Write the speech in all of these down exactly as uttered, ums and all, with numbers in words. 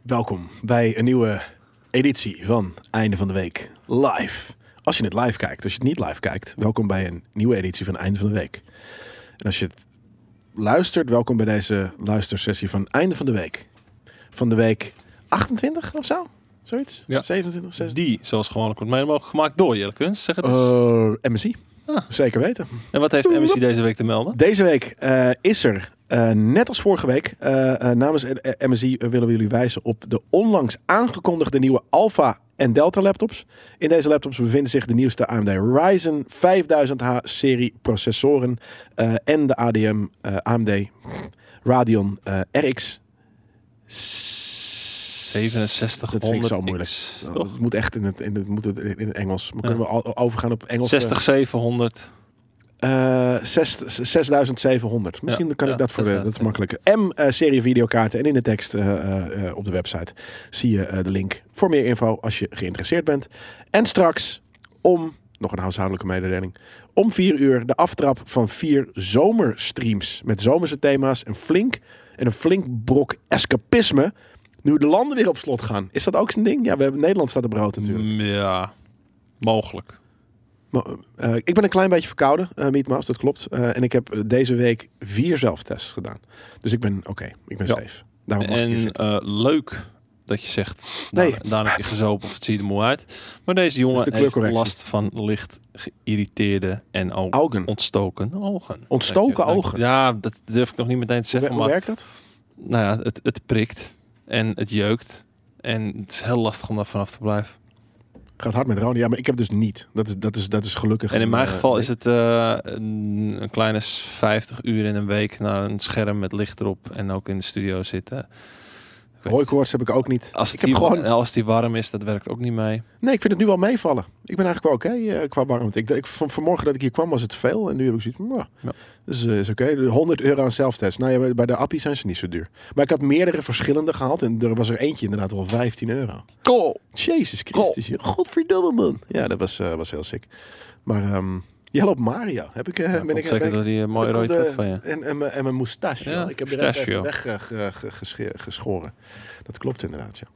Welkom bij een nieuwe editie van Einde van de Week live. Als je het live kijkt, als je het niet live kijkt, welkom bij een nieuwe editie van Einde van de Week. En als je het luistert, welkom bij deze luistersessie van Einde van de Week. Van de week achtentwintig of zo? Zoiets? Ja. zevenentwintig, zesentwintig? Die, zoals gewoonlijk wordt mede mogelijk gemaakt door Jelle Kunst. Zeg het eens. Uh, M S I. Ah. Zeker weten. En wat heeft M S I deze week te melden? Deze week uh, is er, uh, net als vorige week, uh, uh, namens uh, M S I uh, willen we jullie wijzen op de onlangs aangekondigde nieuwe Alpha en Delta laptops. In deze laptops bevinden zich de nieuwste A M D Ryzen vijfduizend H serie processoren uh, en de A D M, uh, A M D Radeon uh, R X zevenenzestig Dat vind ik zo moeilijk. X, Uh, toch? het moet echt in het, in het, moet het in het Engels. Maar Ja. kunnen we al- overgaan op Engels? zestig zevenhonderd. Uh, zesduizend zevenhonderd. Misschien Ja, kan ja, ik dat voor de, dat is zesduizend. makkelijker. M-serie videokaarten. En in de tekst uh, uh, uh, op de website zie je uh, de link voor meer info als je geïnteresseerd bent. En straks om, nog een huishoudelijke mededeling, om vier uur de aftrap van vier zomerstreams. Met zomerse thema's en flink en een flink brok escapisme. Nu de landen weer op slot gaan. Is dat ook zo'n ding? Ja, we hebben Nederland staat op brood natuurlijk. Mm, Ja, mogelijk. Maar, uh, ik ben een klein beetje verkouden, uh, Meatmouse, dat klopt. Uh, en ik heb uh, deze week vier zelftests gedaan. Dus ik ben oké, okay, ik ben Ja. safe. Daarom mag ik hier En zitten. uh, leuk dat je zegt, Nee. nou, daar heb je gezopen of het ziet er mooi uit. Maar deze jongen Dat is de heeft kleurcorrectie. last van licht geïrriteerde en ook Augen. ontstoken ogen. Ontstoken Dank je, dank je. ogen? Ja, dat durf ik nog niet meteen te Hoe, zeggen. hoe Maar werkt dat? nou ja, het, het prikt en het jeukt. En het is heel lastig om daar vanaf te blijven. Gaat hard met Ronnie. Ja, maar ik heb dus niet. Dat is, dat is, dat is gelukkig. En in mijn uh, geval nee. is het uh, een, een kleine vijftig uur in een week naar een scherm met licht erop en ook in de studio zitten. Ik weet- Hooikoorts heb ik ook niet. Als, ik het heb die, gewoon... als die warm is, dat werkt ook niet mee. Nee, ik vind het nu wel meevallen. Ik ben eigenlijk wel oké okay, uh, qua warmte. Ik, ik, van, vanmorgen dat ik hier kwam was het te veel. En nu heb ik zoiets van, nou, Ja. dus uh, is oké. Okay. honderd euro aan zelftest. Nou ja, bij- bij de appie zijn ze niet zo duur. Maar ik had meerdere verschillende gehaald. En er was er eentje inderdaad wel vijftien euro. Cool. Jezus Christus. joh. Godverdomme man. Ja, dat was, uh, was heel sick. Maar um, Jelle op Mario. Heb ik, uh, Ja, ben ik zeker ben door ik- die uh, mooie dat rode komt, pet uh, van je. En, en, mijn- en mijn moustache. Ja, joh. Ik heb de rest even mustachio. weg uh, ge- ge- gesche- geschoren. Dat klopt inderdaad, ja.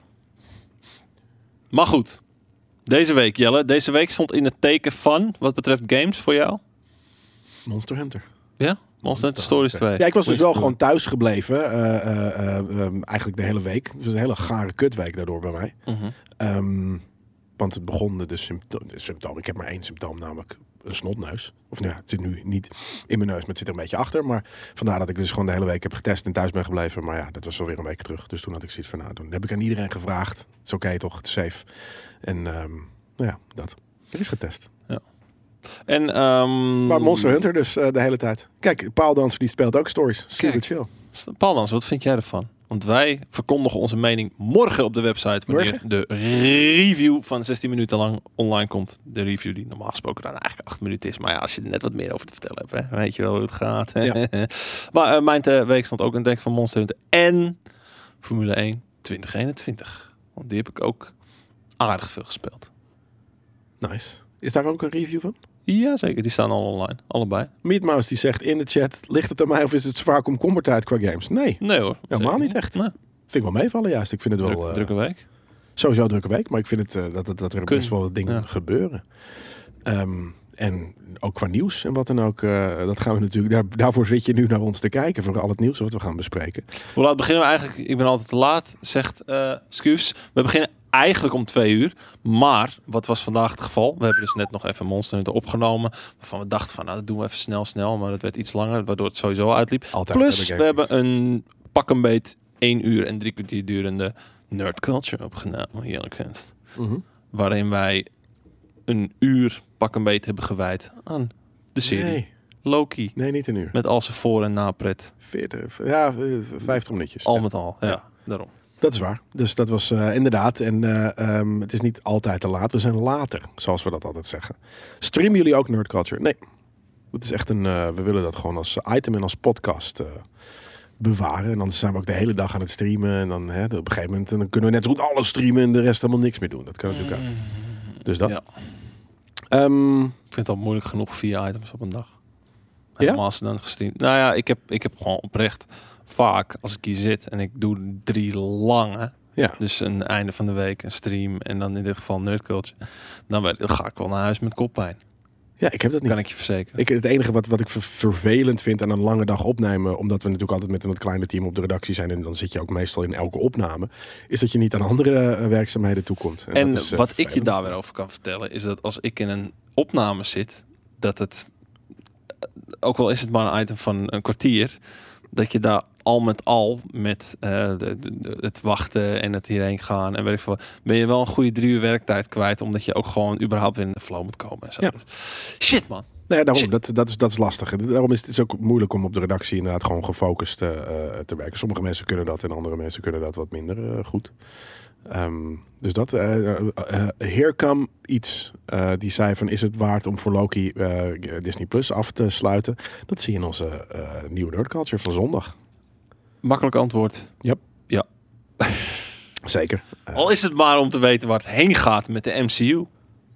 Maar goed, deze week Jelle. Deze week stond in het teken van, wat betreft games voor jou. Monster Hunter. Ja? Monster Hunter Stories twee. Ja, ik was dus Hoe wel is het gewoon thuis gebleven. uh, uh, uh, um, eigenlijk de hele week. Het was een hele gare kutweek daardoor bij mij. toe? Mhm. Um, want het begon de, sympto- de symptoom. Ik heb maar één symptoom, namelijk een snotneus. Of nou ja, het zit nu niet in mijn neus, maar het zit er een beetje achter. Maar vandaar dat ik dus gewoon de hele week heb getest en thuis ben gebleven. Maar ja, dat was alweer een week terug. Dus toen had ik zoiets van, nou, toen heb ik aan iedereen gevraagd. Het is oké toch, het is safe. En um, nou ja, dat. Het is getest. En, um, Maar Monster Hunter dus uh, de hele tijd. Kijk, Paaldanser die speelt ook stories. Super Kijk. chill. Paul, wat vind jij ervan? Want wij verkondigen onze mening morgen op de website wanneer Morgen? de review van zestien minuten lang online komt. De review die normaal gesproken dan eigenlijk acht minuten is. Maar ja, als je er net wat meer over te vertellen hebt, hè, weet je wel hoe het gaat. Ja. Maar uh, mijn te- week stond ook een denk van Monster Hunter en Formule één twintig eenentwintig. Want die heb ik ook aardig veel gespeeld. Nice. Is daar ook een review van? Jazeker, die staan al online. Allebei. Meatmouse die zegt in de chat, ligt het aan mij of is het zwaar komkommertijd qua games? Nee, Nee hoor. helemaal zeker niet echt. Nee. Vind ik wel meevallen juist. Ik vind het wel Druk, uh, drukke week. sowieso een drukke week, maar ik vind het uh, dat, dat, dat er Kun- best wel dingen ja. gebeuren. Um, en ook qua nieuws en wat dan ook. Uh, dat gaan we natuurlijk. Daar, daarvoor zit je nu naar ons te kijken voor al het nieuws wat we gaan bespreken. Hoe laat beginnen we eigenlijk? Ik ben altijd te laat, zegt uh, Scuus. We beginnen eigenlijk om twee uur. Maar, wat was vandaag het geval? We hebben dus net nog even Monster Hunter opgenomen. Waarvan we dachten van, nou dat doen we even snel, snel. Maar dat werd iets langer, waardoor het sowieso uitliep. Altijd Plus, bij we de games. hebben een pak een beet één uur en drie kwartier durende Nerd Culture opgenomen. Jelle Kunst. Mhm. Waarin wij een uur pak een beet hebben gewijd aan de serie Nee, Loki. nee, niet een uur. Met al zijn voor- en napret. veertig, ja, uh, vijftig minuutjes. Al Ja. met al, ja, Ja. daarom. Dat is waar. Dus dat was uh, inderdaad. En uh, um, het is niet altijd te laat. We zijn later, zoals we dat altijd zeggen. Streamen jullie ook Nerd Culture? Nee. Dat is echt een... Uh, we willen dat gewoon als item en als podcast uh, bewaren. En dan zijn we ook de hele dag aan het streamen. En dan hè, op een gegeven moment dan kunnen we net zo goed alles streamen en de rest helemaal niks meer doen. Dat kan natuurlijk ook. Dus dat. Ja. Um, Ik vind het al moeilijk genoeg vier items op een dag. Ja? Helemaal als ze dan gestreamd. Nou ja, ik heb, ik heb gewoon oprecht vaak als ik hier zit en ik doe drie lange, Ja. Dus een einde van de week, een stream en dan in dit geval Nerd Culture. Dan, ben- dan ga ik wel naar huis met koppijn. Ja, ik heb dat niet. Kan ik je verzekeren. Ik, het enige wat, wat ik ver- vervelend vind aan een lange dag opnemen, omdat we natuurlijk altijd met een wat kleiner team op de redactie zijn en dan zit je ook meestal in elke opname, is dat je niet aan andere uh, werkzaamheden toekomt. En dat is, uh, wat ik je vervelend. daar weer over kan vertellen, is dat als ik in een opname zit, dat het, ook al is het maar een item van een kwartier, dat je daar al met al met uh, de, de, de- het wachten en het hierheen gaan en weet ik veel, ben je wel een goede drie uur werktijd kwijt, omdat je ook gewoon überhaupt weer in de flow moet komen. En zo. Ja. Shit man. Nee, daarom, Shit. dat, dat, is, dat is lastig. En daarom is het is ook moeilijk om op de redactie inderdaad gewoon gefocust uh, te werken. Sommige mensen kunnen dat en andere mensen kunnen dat wat minder uh, goed. Um, dus dat. Uh, uh, uh, Here Come iets. Uh, die zei van, is het waard om voor Loki uh, Disney Plus af te sluiten? Dat zie je in onze uh, nieuwe Nerd Culture van zondag. Makkelijk antwoord. Yep. Ja. Zeker. Uh, Al is het maar om te weten waar het heen gaat met de M C U.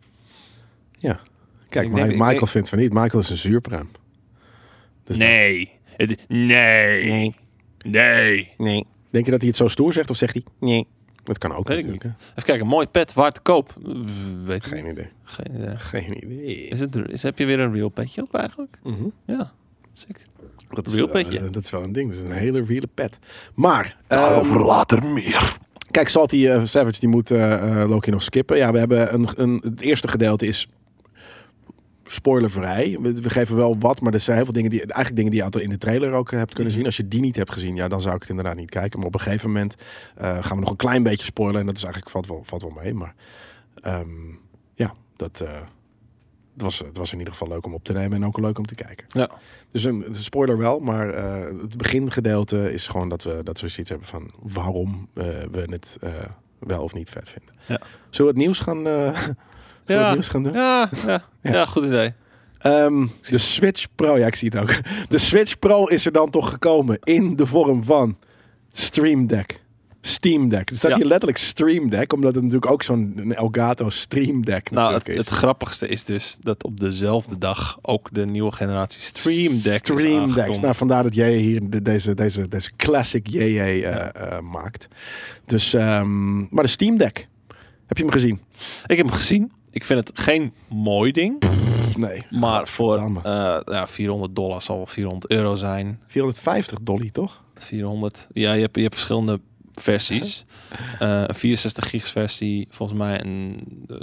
ja. Kijk, Ik Ma- denk- ik Michael denk- vindt van niet. Michael is een zuurpruim. Dus Nee. Het, nee. Nee. Nee. Nee. Denk je dat hij het zo stoer zegt of zegt hij? Nee. Dat kan ook Weet ik natuurlijk. niet. Even kijken, mooi pet, waar te koop? Weet ik Geen niet. idee. Geen idee. Geen idee. Is het, is, heb je weer een real petje op eigenlijk? Mhm. Ja, sick. Dat is, Real uh, petje. dat is wel een ding. Dat is een hele reale pet. Maar, Daarover ehm, later meer. kijk, Salty uh, Savage die moet uh, uh, Loki nog skippen. Ja, we hebben een, een, het eerste gedeelte is spoilervrij. We, we geven wel wat, maar er zijn heel veel dingen die, eigenlijk dingen die je altijd in de trailer ook uh, hebt kunnen zien. Als je die niet hebt gezien, ja, dan zou ik het inderdaad niet kijken. Maar op een gegeven moment uh, gaan we nog een klein beetje spoilen en dat is eigenlijk valt wel, valt wel mee. Maar um, ja, dat. Uh, Het was, het was in ieder geval leuk om op te nemen en ook leuk om te kijken. Ja. Dus een, een spoiler wel, maar uh, het begingedeelte is gewoon dat we, dat we zoiets hebben van waarom uh, we het uh, wel of niet vet vinden. Ja. Zullen we het nieuws gaan, uh, zullen we Ja. het nieuws gaan doen? Ja, ja, ja. ja, goed idee. Um, de Switch Pro, ja ik zie het ook. De Switch Pro is er dan toch gekomen in de vorm van Stream Deck. Steam Deck. Er staat Ja. hier letterlijk Stream Deck, omdat het natuurlijk ook zo'n Elgato Stream Deck Nou, het, natuurlijk is. het grappigste is dus dat op dezelfde dag ook de nieuwe generatie Stream Deck is Stream Decks. aangekondigd. Nou, vandaar dat jij hier de, deze, deze, deze classic J J uh, Ja. uh, maakt. Dus, um, maar de Steam Deck. Heb je hem gezien? Ik heb hem gezien. Ik vind het geen mooi ding. Nee. Maar voor Godverdamme. uh, ja, vierhonderd dollar zal wel vierhonderd euro zijn. vierhonderdvijftig dolly, toch? vierhonderd. Ja, je hebt, je hebt verschillende versies. Uh, een vierenzestig gigs versie, volgens mij een uh,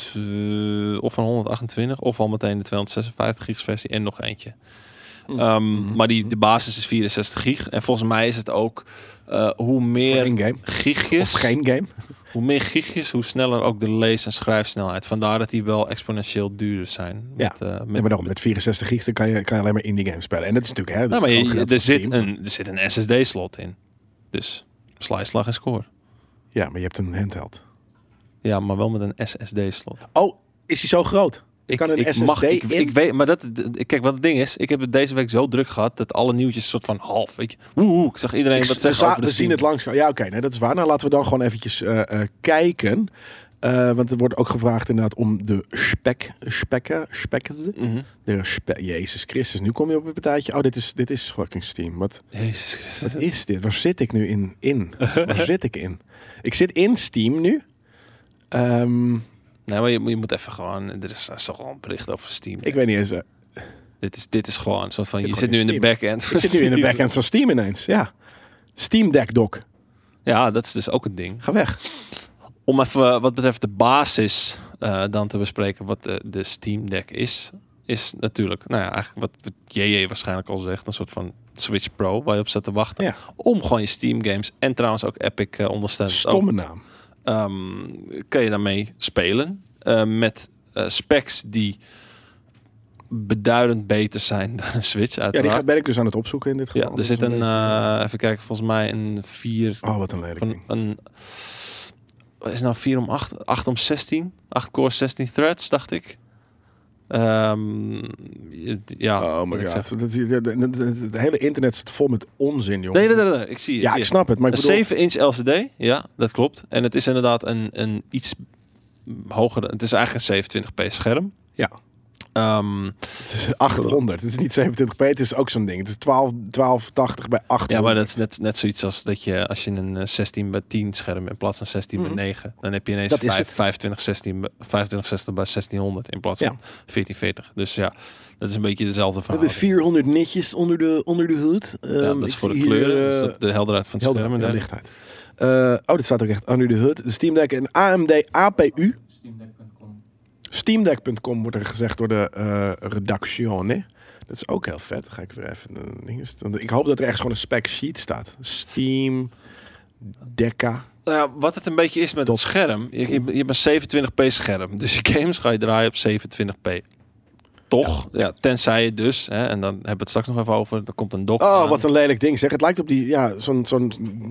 t- of een honderdachtentwintig of al meteen de tweehonderdzesenvijftig gigs versie en nog eentje. Um, Mm. Maar die de basis is vierenzestig gig en volgens mij is het ook uh, hoe Voor meer één game. gigjes, Of geen game. hoe meer gigjes, hoe sneller ook de lees- en schrijfsnelheid. Vandaar dat die wel exponentieel duurder zijn. Ja. Met, uh, met, Nee, maar daarom, met vierenzestig gig dan kan je, kan je alleen maar indie games spelen. En dat is natuurlijk... Hè, nou, maar ook je, geldt er, voor zit Steam. een, er zit een S S D-slot in. Dus sla, slag en score. Ja, maar je hebt een handheld. Ja, maar wel met een S S D-slot. Oh, is hij zo groot? Je kan een ik S S D mag, ik, in? ik weet, maar dat, d- kijk, wat het ding is, ik heb het deze week zo druk gehad dat alle nieuwtjes soort van half, weet je, woe, woe, ik zag iedereen Ik- wat we zeggen za- over de we zien het Steam. langs. Ja, oké, nee, dat is waar. Nou, laten we dan gewoon eventjes uh, uh, kijken. Uh, want er wordt ook gevraagd inderdaad om de spek, spekken, spekken. Mhm. De spe- Jezus Christus, nu kom je op een partijtje. Oh, dit is, dit is fucking Steam. Wat, Jezus Christus. wat is dit? Waar zit ik nu in? in? Waar zit ik in? Ik zit in Steam nu. Um, Nee, maar je, je moet even gewoon, er is, er is toch wel een bericht over Steam. ik weet niet eens. Uh, Dit is, dit is gewoon een soort van, Zit je gewoon zit nu in in de Steam. back-end van ik zit nu in de Steam. backend van Steam ineens. Ja. Steam Deck doc. Ja, dat is dus ook het ding. Ga weg. Om even uh, wat betreft de basis uh, dan te bespreken wat de, de Steam Deck is, is natuurlijk, nou ja, eigenlijk wat, wat J J waarschijnlijk al zegt, een soort van Switch Pro waar je op staat te wachten. Ja. Om gewoon je Steam games en trouwens ook Epic uh, ondersteunt. Stomme naam. Um, kun je daarmee spelen uh, met uh, specs die beduidend beter zijn dan een Switch Ja, uiteraard. die ga- ben ik dus aan het opzoeken in dit geval. Ja, er Dat zit is een, beetje- uh, even kijken, volgens mij een vier Oh, wat een lelijk van ding. een, wat is nou vier om acht, acht om zestien, acht core zestien threads, dacht ik. Um, ja. Oh my wat ik god. zeg. Dat, is- dat- dat- dat- Het hele internet zit vol met onzin, jongen. Nee, nee, nee, nee, ik zie het. Ja, Hier. ik snap het, maar ik Een bedoel... zeven inch L C D, ja, dat klopt. En het is inderdaad een, een iets hoger. Het is eigenlijk een zevenentwintig p scherm. Ja. Um, Het is achthonderd. Het is niet zevenentwintig p. Het is ook zo'n ding. Het is twaalf, twaalf tachtig bij achthonderd. ja, maar dat is net, net zoiets als dat je als je een uh, zestien bij tien scherm in plaats van zestien Mhm. bij negen, dan heb je ineens Dat is vijf, het. vijfentwintig, zestien, bij- vijfentwintig zestig bij zestienhonderd in plaats van Ja. veertien veertig. Dus ja, dat is een beetje dezelfde We hebben verhaal. vierhonderd nitjes onder de, onder de hoed. Ja, Ehm, dat is ik voor de zie hier, kleuren, eh, dus dat- de helderheid van het helder, scherm. ja, en lichtheid. Uh, oh, dit staat ook echt under the hood. De Steam Deck en A M D A P U. Steamdeck punt com wordt er gezegd door de uh, redactione. Dat is ook heel vet. Dan ga ik weer even een ding. Want ik hoop dat er echt gewoon een spec sheet staat. Steam Decka. Nou ja, wat het een beetje is met Tot- het scherm. Je, je, je hebt een zevenentwintig p scherm. Dus je games ga je draaien op zevenentwintig p. Toch? Ja. tenzij je dus, hè, en dan hebben we het straks nog even over, er komt een dock Oh, aan. wat een lelijk ding zeg. Het lijkt op die, ja, zo'n... zo'n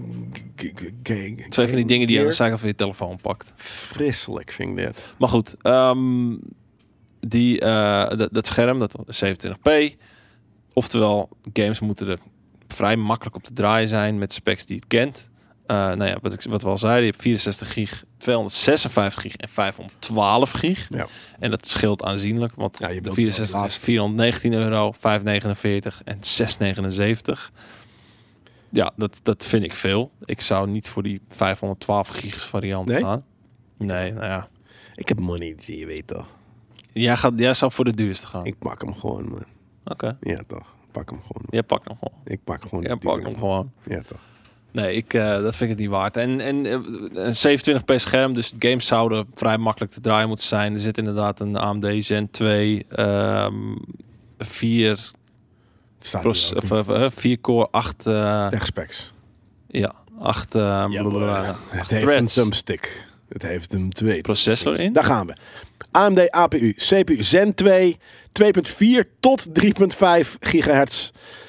Twee van die dingen die je aan de zijkant van je telefoon pakt. Vreselijk vind ik dit. Maar goed, ehm, die, eh, dat, dat scherm, dat is zevenentwintig p. Oftewel, games moeten er vrij makkelijk op te draaien zijn met specs die het kent. Uh, nou ja, wat, ik, wat we al zeiden, je hebt vierenzestig gig, tweehonderdzesenvijftig gig en vijfhonderdtwaalf gig. Ja. En dat scheelt aanzienlijk, want Ja, je de wilt vierenzestig wel is laatst- vierhonderdnegentien euro, vijfhonderdnegenenveertig en zeshonderdnegenenzeventig. Ja, dat, dat vind ik veel. Ik zou niet voor die vijfhonderdtwaalf gigs variant Nee? gaan. Nee, nou ja. Ik heb money, je weet toch. Jij, gaat, jij zou voor de duurste gaan. Ik pak hem gewoon, man. Oké. Ja, toch. Ik pak hem gewoon. Jij pakt hem gewoon. Ik pak gewoon. Jij die pakt dure. hem gewoon. Ja, toch. Nee, ik, uh, dat vind ik het niet waard. En, en uh, een zevenentwintig p scherm, dus games zouden vrij makkelijk te draaien moeten zijn. Er zit inderdaad een A M D Zen twee, um, vier, Het staat pros, hier ook of, in. uh, vier core, acht, uh, Tech specs. ja, acht, uh, Ja, blablabla, het acht heeft een threads. thumbstick. Het heeft een twee. Processor in. Daar gaan we. A M D A P U, C P U Zen twee, twee komma vier tot drie komma vijf gigahertz.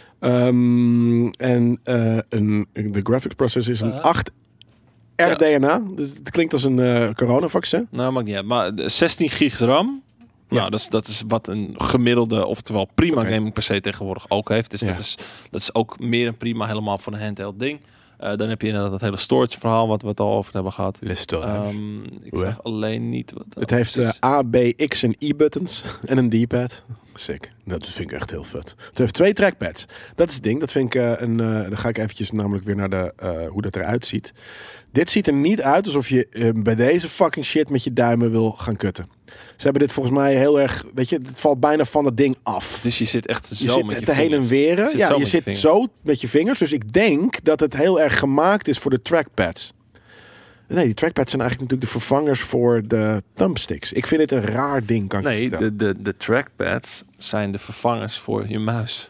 Um, en uh, een, de graphics processor is een Uh-huh. acht R D N A. Dus het klinkt als een uh, coronavaccin. Nou, maakt niet uit. Maar zestien gig RAM. Ja. Nou, dat is, dat is wat een gemiddelde, oftewel prima Oké. gaming P C tegenwoordig ook heeft. Dus Ja. dat, is, dat is ook meer dan prima helemaal voor een handheld ding. Uh, dan heb je inderdaad dat hele storage verhaal wat we het al over hebben gehad. Um, ik Hoe, hè? zeg alleen niet wat Het heeft uh, precies- A, B, X en Y-buttons en een D-pad. Sick. Dat vind ik echt heel vet. Het heeft twee trackpads. Dat is het ding. Dat vind ik uh, een. Uh, dan ga ik eventjes namelijk weer naar de, uh, hoe dat eruit ziet. Dit ziet er niet uit alsof je uh, bij deze fucking shit met je duimen wil gaan kutten. Ze hebben dit volgens mij heel erg. Weet je, het valt bijna van het ding af. Dus je zit echt zo Je zit met je te heen en vingers. weren. Je zit Ja, zo je met je zit vingers. zo met je vingers. Dus ik denk dat het heel erg gemaakt is voor de trackpads. Nee, die trackpads zijn eigenlijk natuurlijk de vervangers voor de thumbsticks. Ik vind het een raar ding, kan ik je Nee, vertellen. de, de, de trackpads zijn de vervangers voor je muis.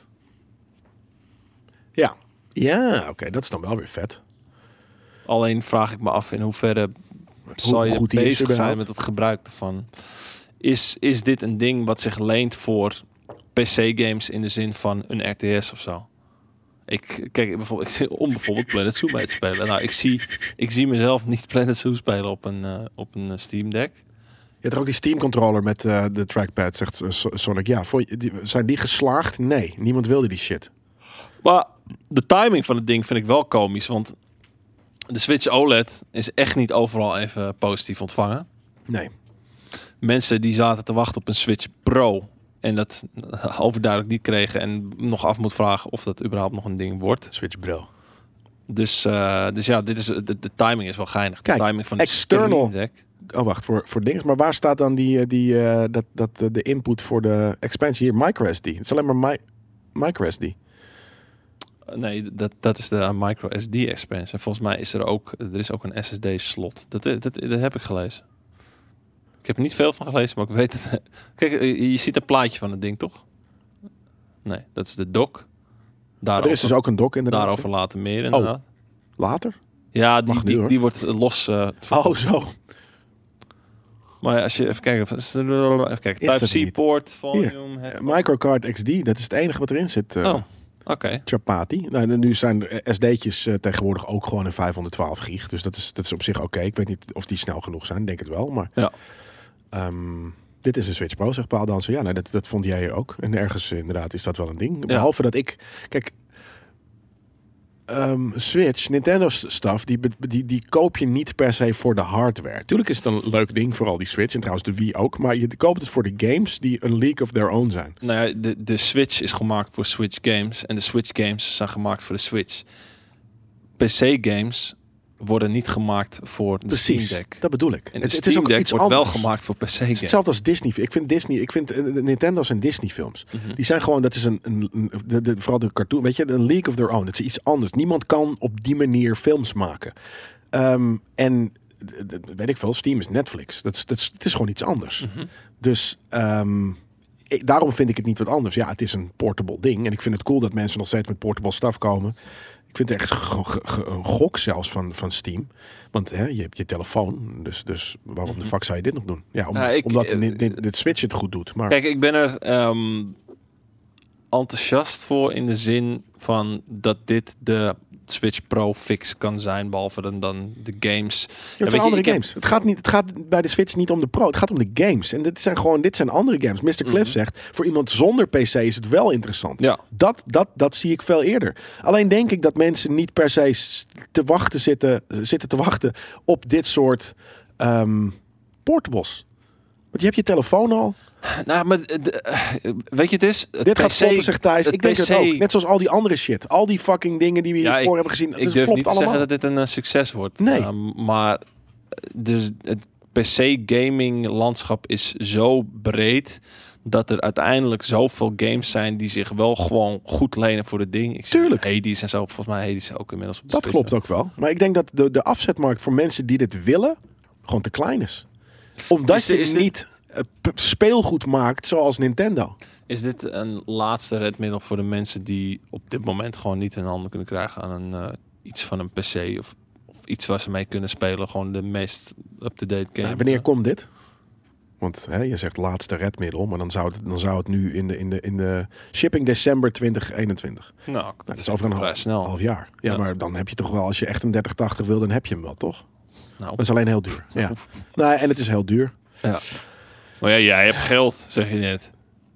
Ja, ja oké, dat is dan wel weer vet. Alleen vraag ik me af in hoeverre zal je goed die is bezig zijn überhaupt? met het gebruik ervan. Is, is dit een ding wat zich leent voor P C-games in de zin van een R T S of zo? Ik kijk bijvoorbeeld, ik zie om bijvoorbeeld Planet Zoo mee te spelen. Nou, ik zie, ik zie mezelf niet Planet Zoo spelen op een, uh, op een uh, Steam Deck. Je hebt er ook die Steam controller met uh, de trackpad, zegt uh, Sonic. Ja, vond je, die, zijn die geslaagd? Nee, niemand wilde die shit. Maar de timing van het ding vind ik wel komisch, want de Switch O L E D is echt niet overal even positief ontvangen. Nee. Mensen die zaten te wachten op een Switch Pro en dat overduidelijk niet kregen en nog af moet vragen of dat überhaupt nog een ding wordt. Switch Bro. Dus, uh, dus ja, dit is, de, de timing is wel geinig. Kijk, de timing van de external. Steam Deck. Oh, wacht, voor, voor dingen. Maar waar staat dan die, die, uh, dat, dat, uh, de input voor de expansie hier? MicroSD. Het is alleen maar mi MicroSD. Nee, dat, dat is de uh, micro S D expansion. Volgens mij is er ook, er is ook een S S D slot. Dat, dat, dat, dat heb ik gelezen. Ik heb er niet veel van gelezen, maar ik weet het. Kijk, je, je ziet een plaatje van het ding, toch? Nee, dat is de dock. Daarover, Er is dus ook een dock inderdaad. daarover later meer inderdaad. Later? Ja, die, Mag nu, die, hoor. die wordt los. Uh, Oh, zo. Maar als je even kijkt, even kijken. dat Type niet? C port, volume. Uh, Microcard X D, dat is het enige wat erin zit. Uh, Oh, oké. Okay. Chapati. Nou, nu zijn S D'tjes uh, tegenwoordig ook gewoon een vijfhonderdtwaalf gig. Dus dat is, dat is op zich oké. Okay. Ik weet niet of die snel genoeg zijn. Denk het wel. Maar Ja. Um, dit is een Switch Pro, zegt Paal Danser. Ja, nee, dat, dat vond jij ook. En ergens uh, inderdaad is dat wel een ding. Behalve dat ik... Kijk, um, Switch, Nintendo stuff, die, die, die koop je niet per se voor de hardware. Tuurlijk is het een leuk ding, vooral die Switch en trouwens de Wii ook. Maar je koopt het voor de games die een league of their own zijn. Nou ja, de, de Switch is gemaakt voor Switch games en de Switch games zijn gemaakt voor de Switch. P C games worden niet gemaakt voor de Precies, Steam Deck. Dat bedoel ik. En het, de het is Steam ook Deck iets wordt anders. wel gemaakt voor P C Het games. is hetzelfde als Disney. Ik vind Disney, ik vind uh, Nintendo's en Disney films. Mm-hmm. Die zijn gewoon, dat is een, een, een de, de, vooral de cartoon, weet je, een league of their own. Het is iets anders. Niemand kan op die manier films maken. Um, en d- d- weet ik veel, Steam is Netflix. Dat is, dat is, het is gewoon iets anders. Mm-hmm. Dus um, ik, daarom vind ik het niet wat anders. Ja, het is een portable ding. En ik vind het cool dat mensen nog steeds met portable stuff komen. Ik vind het echt g- g- g- een gok zelfs van, van Steam. Want hè, je hebt je telefoon. Dus, dus waarom Mhm. de fuck zou je dit nog doen? Ja, om, Nou, ik- omdat eh, dit, dit, dit Switch het goed doet. Maar Kijk, ik ben er ehm, enthousiast voor in de zin van dat dit de Switch Pro fix kan zijn, behalve dan, dan de games. ja, het weet zijn je, andere ik heb- games. Het, gaat niet, het gaat bij de Switch niet om de Pro. Het gaat om de games. En dit zijn gewoon dit zijn andere games. mister Cliff Mhm. zegt, voor iemand zonder P C is het wel interessant. Ja, Dat, dat, dat zie ik veel eerder. Alleen denk ik dat mensen niet per se s- te wachten zitten, zitten te wachten op dit soort um, portables. Want je hebt je telefoon al. nou, maar de- eh, weet je, het is het Dit gaat P C floppen, zegt Thijs. het Ik denk P C het ook. Net zoals al die andere shit. Al die fucking dingen die we Ja, hiervoor ik- hebben gezien. Ik Het durf klopt niet te allemaal. zeggen dat dit een eh, succes wordt. Nee. Ehm, maar dus het P C gaming landschap is zo breed dat er uiteindelijk zoveel games zijn die zich wel gewoon goed lenen voor het ding. Ik zie Tuurlijk. Hades en zo. Volgens mij Hades ook inmiddels op de Dat Switch. klopt ook wel. Maar ik denk dat de, de afzetmarkt voor mensen die dit willen gewoon te klein is. Omdat Is dit- je is dit- niet uh, p- speelgoed maakt zoals Nintendo. Is dit een laatste redmiddel voor de mensen die op dit moment gewoon niet hun handen kunnen krijgen aan een, uh, iets van een P C of, of iets waar ze mee kunnen spelen? Gewoon de meest up-to-date game. Nou, wanneer komt dit? Want hè, je zegt laatste redmiddel, maar dan zou het, dan zou het nu in de, in de, in de shipping december twintig eenentwintig. Nou, Nou, dat is over een vrij half, snel. half jaar. Ja, Ja. maar dan heb je toch wel, als je echt een dertig tachtig wil, dan heb je hem wel, toch? Nou, Dat is alleen heel duur. Ja. Nou, en het is heel duur. ja. Maar ja, jij hebt geld, zeg je net.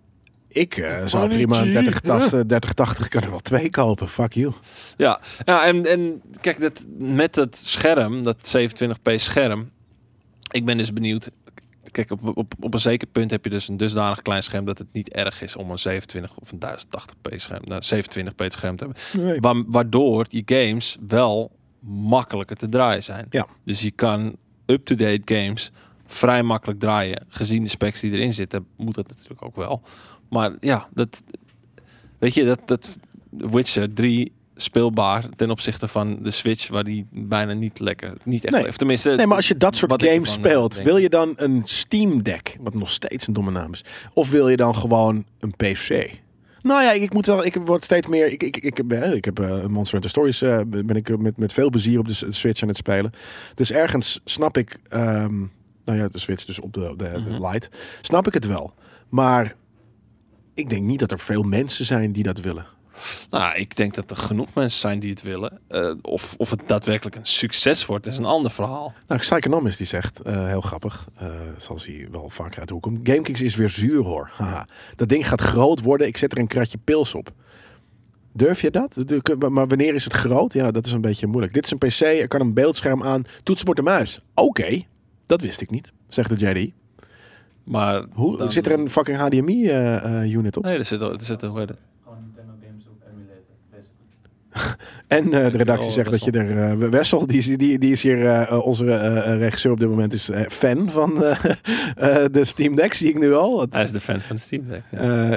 Ik uh, zou prima een dertig, tas, uh, dertig tachtig kan er wel twee kopen. Fuck you. Ja, ja en, en kijk, dat, met dat scherm, dat zevenentwintig p scherm, ik ben dus benieuwd. Kijk, op, op, op een zeker punt heb je dus een dusdanig klein scherm dat het niet erg is om een zevenentwintig of een duizend tachtig p scherm, nou, zevenentwintig p scherm te hebben. Nee. Wa- waardoor je games wel makkelijker te draaien zijn. Ja. Dus je kan up-to-date games vrij makkelijk draaien. Gezien de specs die erin zitten, moet dat natuurlijk ook wel. Maar ja, dat weet je, dat, dat Witcher drie speelbaar ten opzichte van de Switch, waar die bijna niet lekker, niet echt, Nee. of tenminste. Nee, maar als je dat soort wat ik games ervan, eh, speelt, denk. wil je dan een Steam Deck, wat nog steeds een domme naam is, of wil je dan gewoon een P C? Nou ja, ik, ik moet wel, ik word steeds meer, ik, ik, ik, heb, hè, ik heb uh, Monster Hunter Stories, uh, ben ik met, met veel plezier op de s- Switch aan het spelen. Dus ergens snap ik, um, nou ja, de Switch, dus op de, de, de Mhm. Lite, snap ik het wel. Maar ik denk niet dat er veel mensen zijn die dat willen. Nou, ik denk dat er genoeg mensen zijn die het willen. Uh, of, of het daadwerkelijk een succes wordt, is een ander verhaal. Nou, Psychonomist die zegt, uh, heel grappig, uh, zoals hij wel vaker uit de hoek komt. GameKings is weer zuur hoor. Haha. Dat ding gaat groot worden, ik zet er een kratje pils op. Durf je dat? De- Maar wanneer is het groot? Ja, dat is een beetje moeilijk. Dit is een P C, er kan een beeldscherm aan, toetsenbord en muis. Oké, okay, dat wist ik niet, zegt de J D. Maar Hoe, dan- zit er een fucking H D M I-unit op? Nee, er zit, er zit hoe heet het? Gewoon Nintendo games op emulator, basically. En uh, de redactie Oh, zegt dat je Wessel. er... Uh, Wessel, die, is- die, die is hier... Uh, onze uh, regisseur op dit moment is uh, fan van uh, uh, de Steam Deck, zie ik nu al. Hij is de fan van de Steam Deck. Ja. Uh, uh,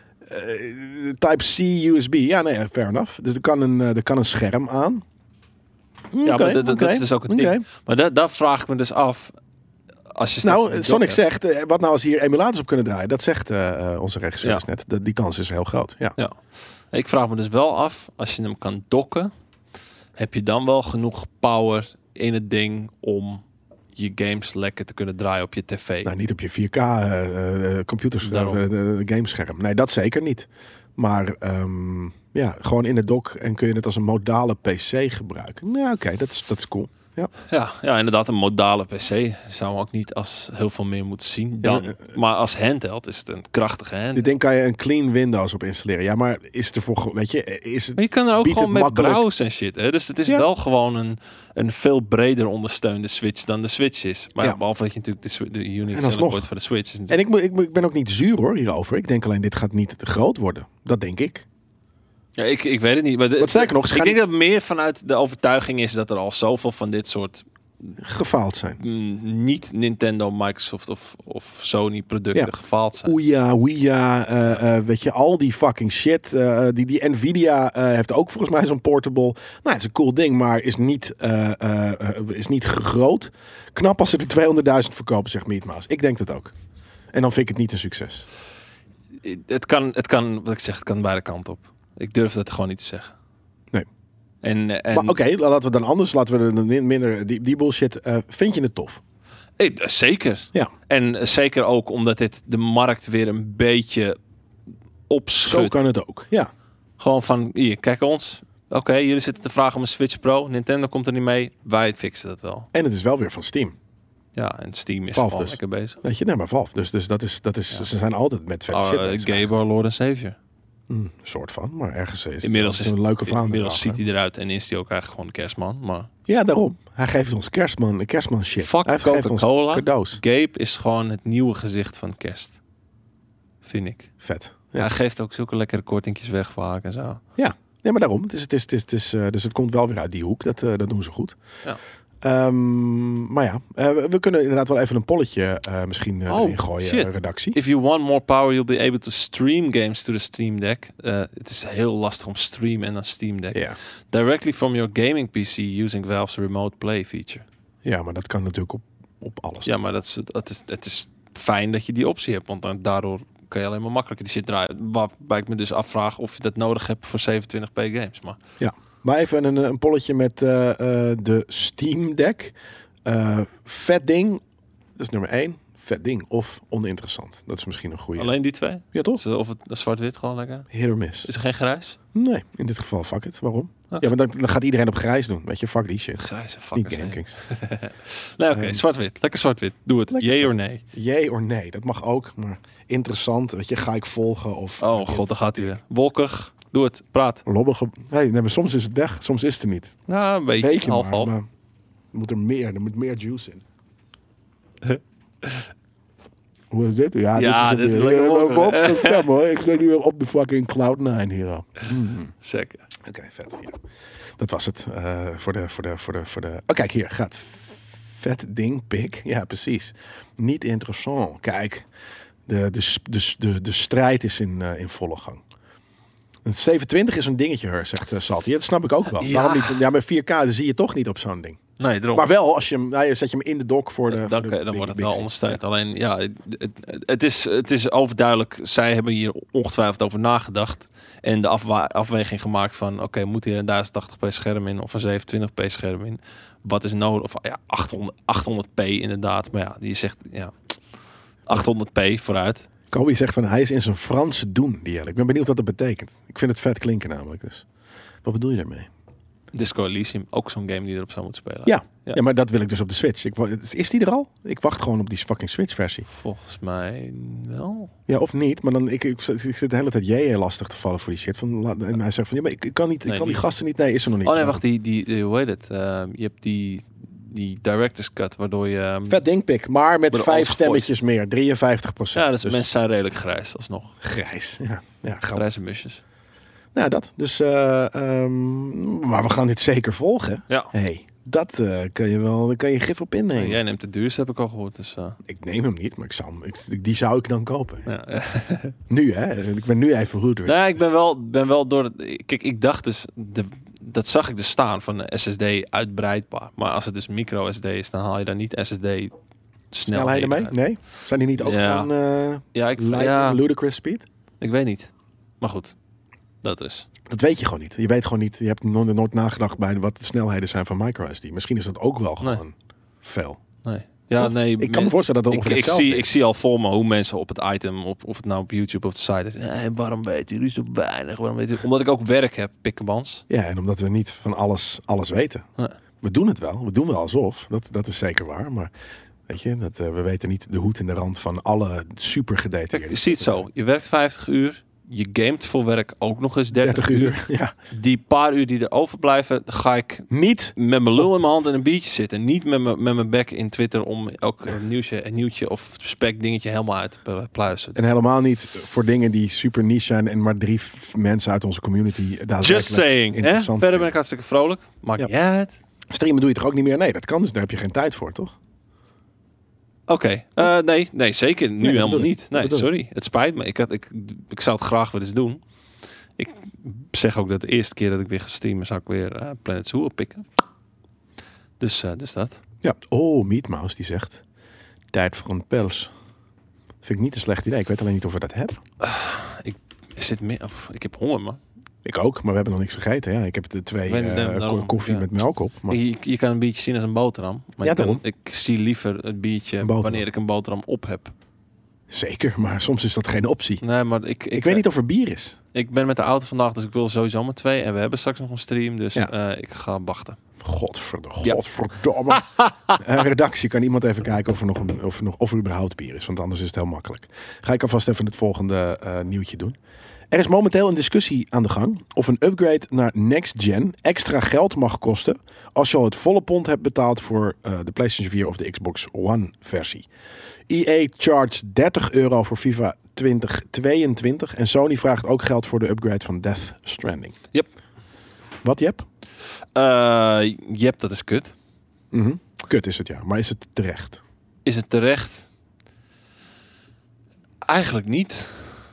Type-C U S B. Ja, nee, fair enough. Dus er kan een, uh, er kan een scherm aan. Ja, Oké, maar dat, dat oké, is dus ook het oké. ding. Maar da, daar vraag ik me dus af. Als je straks Nou, een Sonic dock hebt- zegt, uh, wat nou als hier emulators op kunnen draaien? Dat zegt uh, uh, onze regisseur Ja. dus net. Dat, die kans is heel groot. Ja. Ja. Ik vraag me dus wel af, als je hem kan docken, heb je dan wel genoeg power in het ding om je games lekker te kunnen draaien op je tv? Nou, niet op je vier K uh, uh, computers, Daarom. uh, de, de gamescherm. Nee, dat zeker niet. Maar um, ja, gewoon in het dock en kun je het als een modale P C gebruiken. Nou, oké, okay, dat, is, dat is cool. Ja. Ja, ja, inderdaad, een modale P C zou we ook niet als heel veel meer moeten zien dan. Ja, Maar als handheld is het een krachtige handheld. Dit ding kan je een clean Windows op installeren. Ja, maar is het ervoor, ge- weet je, is het... Maar je kan er ook biedt gewoon het mee makkelijk- browsen en shit. Hè? Dus het is Ja. wel gewoon een, een veel breder ondersteunde Switch dan de Switch is. Maar Ja. ja, behalve dat je natuurlijk de, Swi- de Unix En alsnog. wordt voor de Switch. Is En ik, moet- ik, moet- ik ben ook niet zuur hoor hierover. Ik denk alleen, dit gaat niet te groot worden. Dat denk ik. ja, ik, ik weet het niet. Maar de- Wat sterker nog, ze ik gaan- denk dat het meer vanuit de overtuiging is dat er al zoveel van dit soort Gefaald zijn. mm, niet Nintendo, Microsoft of, of Sony producten Ja. gefaald zijn. Ouya, Ouya, eh, eh, weet je, al die fucking shit. eh, die, die Nvidia eh, heeft ook volgens mij zo'n portable. Nou, het is een cool ding, maar is niet, eh, eh, eh, is niet groot. Knap als ze er tweehonderdduizend verkopen, zegt Meatmouse. Ik denk dat ook. En dan vind ik het niet een succes. Het kan, het kan, wat ik zeg, het kan beide kanten op. Ik durf dat gewoon niet te zeggen. Nee. En, en Maar oké, laten we dan anders. Laten we er min- minder die, die bullshit. eh, vind je het tof? Ik- zeker. Ja. En zeker ook omdat dit de markt weer een beetje opschudt. Zo kan het ook. Ja. Gewoon van, hier, kijk ons. Oké, jullie zitten te vragen om een Switch Pro. Nintendo komt er niet mee. Wij fixen dat wel. En het is wel weer van Steam. Ja, en Steam is Valve gewoon dus. lekker bezig. Weet je, nee, maar Valve. Dus, dus dat is, dat is, Ja. ze zijn altijd met vette Oh, shit uh, bezig. Gay Bar Lord and Savior. Hmm, soort van, maar ergens is Inmiddels het is een leuke verhaal. Inmiddels erachter. ziet hij eruit en is hij ook eigenlijk gewoon de kerstman. Maar Ja, daarom. Hij geeft ons kerstman, kerstman shit. fuck Hij geeft ons Coca-Cola. cadeaus. Gabe is gewoon het nieuwe gezicht van kerst. Vind ik. Vet. Ja. Ja. Hij geeft ook zulke lekkere kortingjes weg voor haak en zo. Nee, maar daarom. Het is, het is, het is, het is, eh, dus het komt wel weer uit die hoek. Dat, eh, dat doen ze goed. Ja. Ehm, maar ja, eh, we, we kunnen inderdaad wel even een polletje eh, misschien eh Oh, ingooien, shit. eh, redactie. If you want more power, you'll be able to stream games to the Steam Deck. Uh, het is heel lastig om streamen en een Steam Deck. Ja. Directly from your gaming P C using Valve's remote play feature. ja, maar dat kan natuurlijk op, op alles. Ja, maar dat is, dat is, het is fijn dat je die optie hebt, want dan, daardoor kan je alleen maar makkelijker die shit draaien. Waarbij ik me dus afvraag of je dat nodig hebt voor zevenentwintig p games. Maar Maar even een, een polletje met eh, eh, de Steam Deck. Eh, vet ding, dat is nummer één. Vet ding of oninteressant. Dat is misschien een goede. alleen die twee? Ja, toch? Dus, Of het zwart-wit gewoon lekker? Hit or miss. Is er geen grijs? Nee, in dit geval fuck it. Waarom? Oké. Ja, maar dan, dan gaat iedereen op grijs doen. Weet je, fuck die shit. Grijze Het is niet fuckers. hè. GameKings. Nee, oké, Ehm, zwart-wit. Lekker zwart-wit. Doe het. lekker Yay or zwart. nee? Jee of nee, dat mag ook. Maar interessant, weet je, ga ik volgen of... Oh god, daar gaat hij weer. Wolkig. Doe het. Praat. Lobbige... Nee, nee, maar soms is het weg, soms is het er niet. Nou, een beetje. Weet je half, maar, half. maar er moet er meer, er moet meer juice in. Hoe is dit? Ja, Ja, dit dit is weer- lekker Ja, wolken, maar op hè? de stem, hoor. Ik zit nu weer op de fucking Cloud nine hier. al. Hmm. Zeker. Oké, vet. Ja. Dat was het eh, voor de, voor de, voor de, voor de... Oh, kijk hier, gaat. Vet ding, pik. Ja, precies. Niet interessant. Kijk, de, de, s- de, s- de, de strijd is in, eh, in volle gang. Het zevenentwintig is een dingetje, hoor, zegt uh, Salty. Dat snap ik ook wel. Ja. Waarom niet? Ja, met vier K dan zie je toch niet op zo'n ding. Nee, daarom. Maar wel, als je hem, nou, je zet je hem in de dock voor de... dan, voor de kan- dan big- wordt het big wel six. ondersteund. Alleen, ja, het, het, het is, het is overduidelijk. Zij hebben hier ongetwijfeld over nagedacht. En de afwa- afweging gemaakt van... Oké, moet hier een duizend tachtig p scherm in of een zevenentwintig p scherm in? Wat is nodig? Of ja, achthonderd, achthonderd p inderdaad. Maar ja, die zegt... ja, achthonderd p vooruit. Kobe zegt van, hij is in zijn Frans doen, die Jelle. Ik ben benieuwd wat dat betekent. Ik vind het vet klinken namelijk, dus. Wat bedoel je daarmee? Disco Elysium, ook zo'n game die erop zou moeten spelen. Ja, Ja. ja. maar dat wil ik dus op de Switch. Ik, wa- is die er al? Ik wacht gewoon op die fucking Switch-versie. Volgens mij wel. Ja, of niet. Maar dan, ik, ik, ik zit de hele tijd J J lastig te vallen voor die shit. Van, laat- en hij zegt van, ja, maar ik, ik kan, niet, ik Nee, kan die niet. gasten niet. Nee, is er nog niet. Oh nee, wacht, die, die, die hoe heet het? Eh, je hebt die, die director's cut, waardoor je... ehm, Vet dingpik, maar met Worden vijf alles stemmetjes meer. drieënvijftig procent. ja, dus, mensen zijn redelijk grijs alsnog. grijs. Ja, ja grappig. Grijze musjes. Nou, dat. Dus, eh, ehm, maar we gaan dit zeker volgen. Ja. Hey, dat eh, kan je wel, daar kan je gif op innemen. Jij neemt de duurste, heb ik al gehoord. Dus, eh, Ik neem hem niet, maar ik zou hem, ik, die zou ik dan kopen. ja. Nu, hè? Ik ben nu even goed. weer. Nou, ik ben wel, ben wel door het... Kijk, ik dacht dus... De, dat zag ik dus staan van de S S D uitbreidbaar. Maar als het dus micro S D is, dan haal je daar niet S S D snelheden Snelheden mee? uit. Nee? Zijn die niet ook Ja. gewoon eh Ja, ik, lightning, ja, ludicrous speed? ik weet niet. Maar goed, dat is. Dat weet je gewoon niet. Je weet gewoon niet. Je hebt nooit, nooit nagedacht bij wat de snelheden zijn van microSD. Misschien is dat ook wel Nee. gewoon veel. Nee. Ja, Toch? nee. Ik kan men- me voorstellen dat dat ik, ongeveer ik, hetzelfde zie, is. ik zie al voor me hoe mensen op het item, op, of het nou op YouTube of de site is. Eh, waarom weet jullie zo weinig? Waarom weet u? Omdat ik ook werk heb, pikkebans. Ja, en omdat we niet van alles, alles weten. Nee. We doen het wel. We doen wel alsof. Dat, dat is zeker waar. Maar weet je, dat, uh, we weten niet de hoed en de rand van alle super Kijk, gedetailleerde. je ziet zo. Je werkt vijftig uur. Je gamet voor werk ook nog eens dertig, dertig uur. uur. Ja. Die paar uur die er overblijven, ga ik Niet. met mijn lul in mijn hand en een biertje zitten. Niet met mijn, met mijn bek in Twitter om elk een nieuwtje, een nieuwtje of spec dingetje helemaal uit te pluizen. En helemaal niet voor dingen die super niche zijn en maar drie f- mensen uit onze community daadwerkelijk Just saying. Hè? interessant Verder ben vinden. ik hartstikke vrolijk. Maakt Ja. niet uit. Streamen doe je toch ook niet meer? Nee, dat kan dus. Daar heb je geen tijd voor, toch? Oké. Okay. Uh, nee, nee, zeker. Nu Nee, dat helemaal bedoel ik. niet. Nee, Dat bedoel ik. sorry. Het spijt me. Ik, had, ik, ik zou het graag willen eens doen. Ik zeg ook dat de eerste keer dat ik weer ga streamen, zou ik weer uh, Planet Zoo oppikken. Dus, uh, dus dat. Ja. Oh, Meatmouse die zegt tijd voor een pels. Vind ik niet een slecht idee. Ik weet alleen niet of we dat hebben. Ik, zit meer, of, ik heb honger, man. Ik ook, maar we hebben nog niks vergeten. Ja, ik heb de twee Nee, nee, uh, daarom, koffie ja. met melk op. Maar Je, je kan een biertje zien als een boterham. Maar Ja, je kan- daarom. ik zie liever het biertje Een boterham. wanneer ik een boterham op heb. zeker, maar soms is dat geen optie. Nee, maar ik, ik, Ik, weet niet of er bier is. Ik ben met de auto vandaag, dus ik wil sowieso maar twee. En we hebben straks nog een stream, dus Ja. eh, ik ga wachten. Godverdomme. Ja. Godverdomme. uh, redactie, kan iemand even kijken of er, nog een, of, er nog, of er überhaupt bier is? Want anders is het heel makkelijk. Ga ik alvast even het volgende uh, nieuwtje doen. Er is momenteel een discussie aan de gang of een upgrade naar Next Gen extra geld mag kosten als je al het volle pond hebt betaald voor uh, de PlayStation vier of de Xbox One versie. E A charge dertig euro voor FIFA twintig tweeëntwintig en Sony vraagt ook geld voor de upgrade van Death Stranding. Yep. Wat, Jep? Uh, yep, dat is kut. Mm-hmm. Kut is het, ja. Maar is het terecht? Is het terecht? Eigenlijk niet.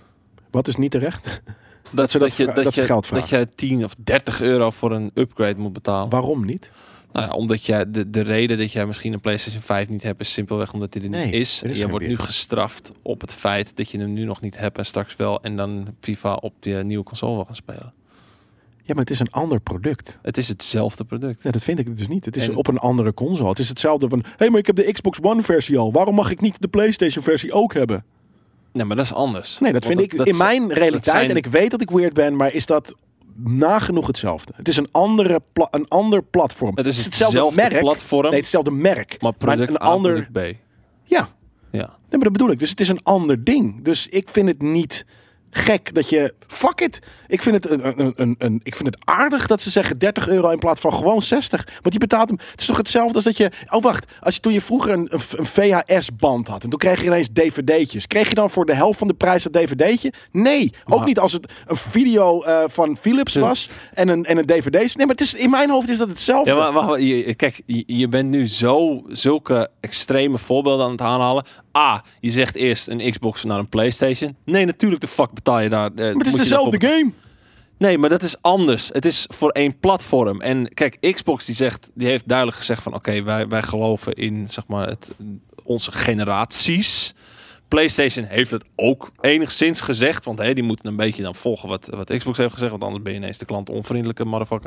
Wat is niet terecht? Dat, ze dat je, vra- dat, dat ze je, geld dat je tien of dertig euro voor een upgrade moet betalen. Waarom niet? Nou ja, omdat jij de, de reden dat jij misschien een PlayStation vijf niet hebt, is simpelweg omdat die er Nee, niet is. er is je geen wordt beer. nu gestraft op het feit dat je hem nu nog niet hebt en straks wel. En dan FIFA op die nieuwe console wil gaan spelen. Ja, maar het is een ander product. Het is hetzelfde product. Nee, dat vind ik dus niet. Het is En- op een andere console. Het is hetzelfde van, hé, hey, maar ik heb de Xbox One versie al. Waarom mag ik niet de PlayStation versie ook hebben? Nee, maar dat is anders. Nee, dat Want vind ik dat in z- mijn realiteit. zijn- En ik weet dat ik weird ben, maar is dat nagenoeg hetzelfde. Het is een, andere pla- een ander platform. Het is hetzelfde hetzelfde merk. platform, Nee, hetzelfde merk. maar product een A, ander. product B. Ja, Ja. nee, maar dat bedoel ik. Dus het is een ander ding. Dus ik vind het niet gek dat je... Fuck it. Ik vind het, een, een, een, een, ik vind het aardig dat ze zeggen dertig euro in plaats van gewoon zestig. Want je betaalt hem... Het is toch hetzelfde als dat je... Oh, wacht. Als je toen je vroeger een, een, een V H S-band had en toen kreeg je ineens D V D'tjes. Kreeg je dan voor de helft van de prijs dat D V D'tje? Nee. Ook Maar- niet als het een video uh, van Philips was en een, en een D V D's. Nee, maar het is, in mijn hoofd is dat hetzelfde. Ja, maar wacht, wacht, je, kijk, je, je bent nu zo zulke extreme voorbeelden aan het aanhalen. A, je zegt eerst een Xbox naar een PlayStation. Nee, natuurlijk de fuck betaal je daar. eh, Maar het moet is je dezelfde daarvoor- game. Nee, maar dat is anders. Het is voor één platform. En kijk, Xbox die zegt, die heeft duidelijk gezegd van, oké, wij, wij geloven in zeg maar het, onze generaties. PlayStation heeft het ook enigszins gezegd, want hey, die moeten een beetje dan volgen wat, wat Xbox heeft gezegd, want anders ben je ineens de klant onvriendelijke motherfucker.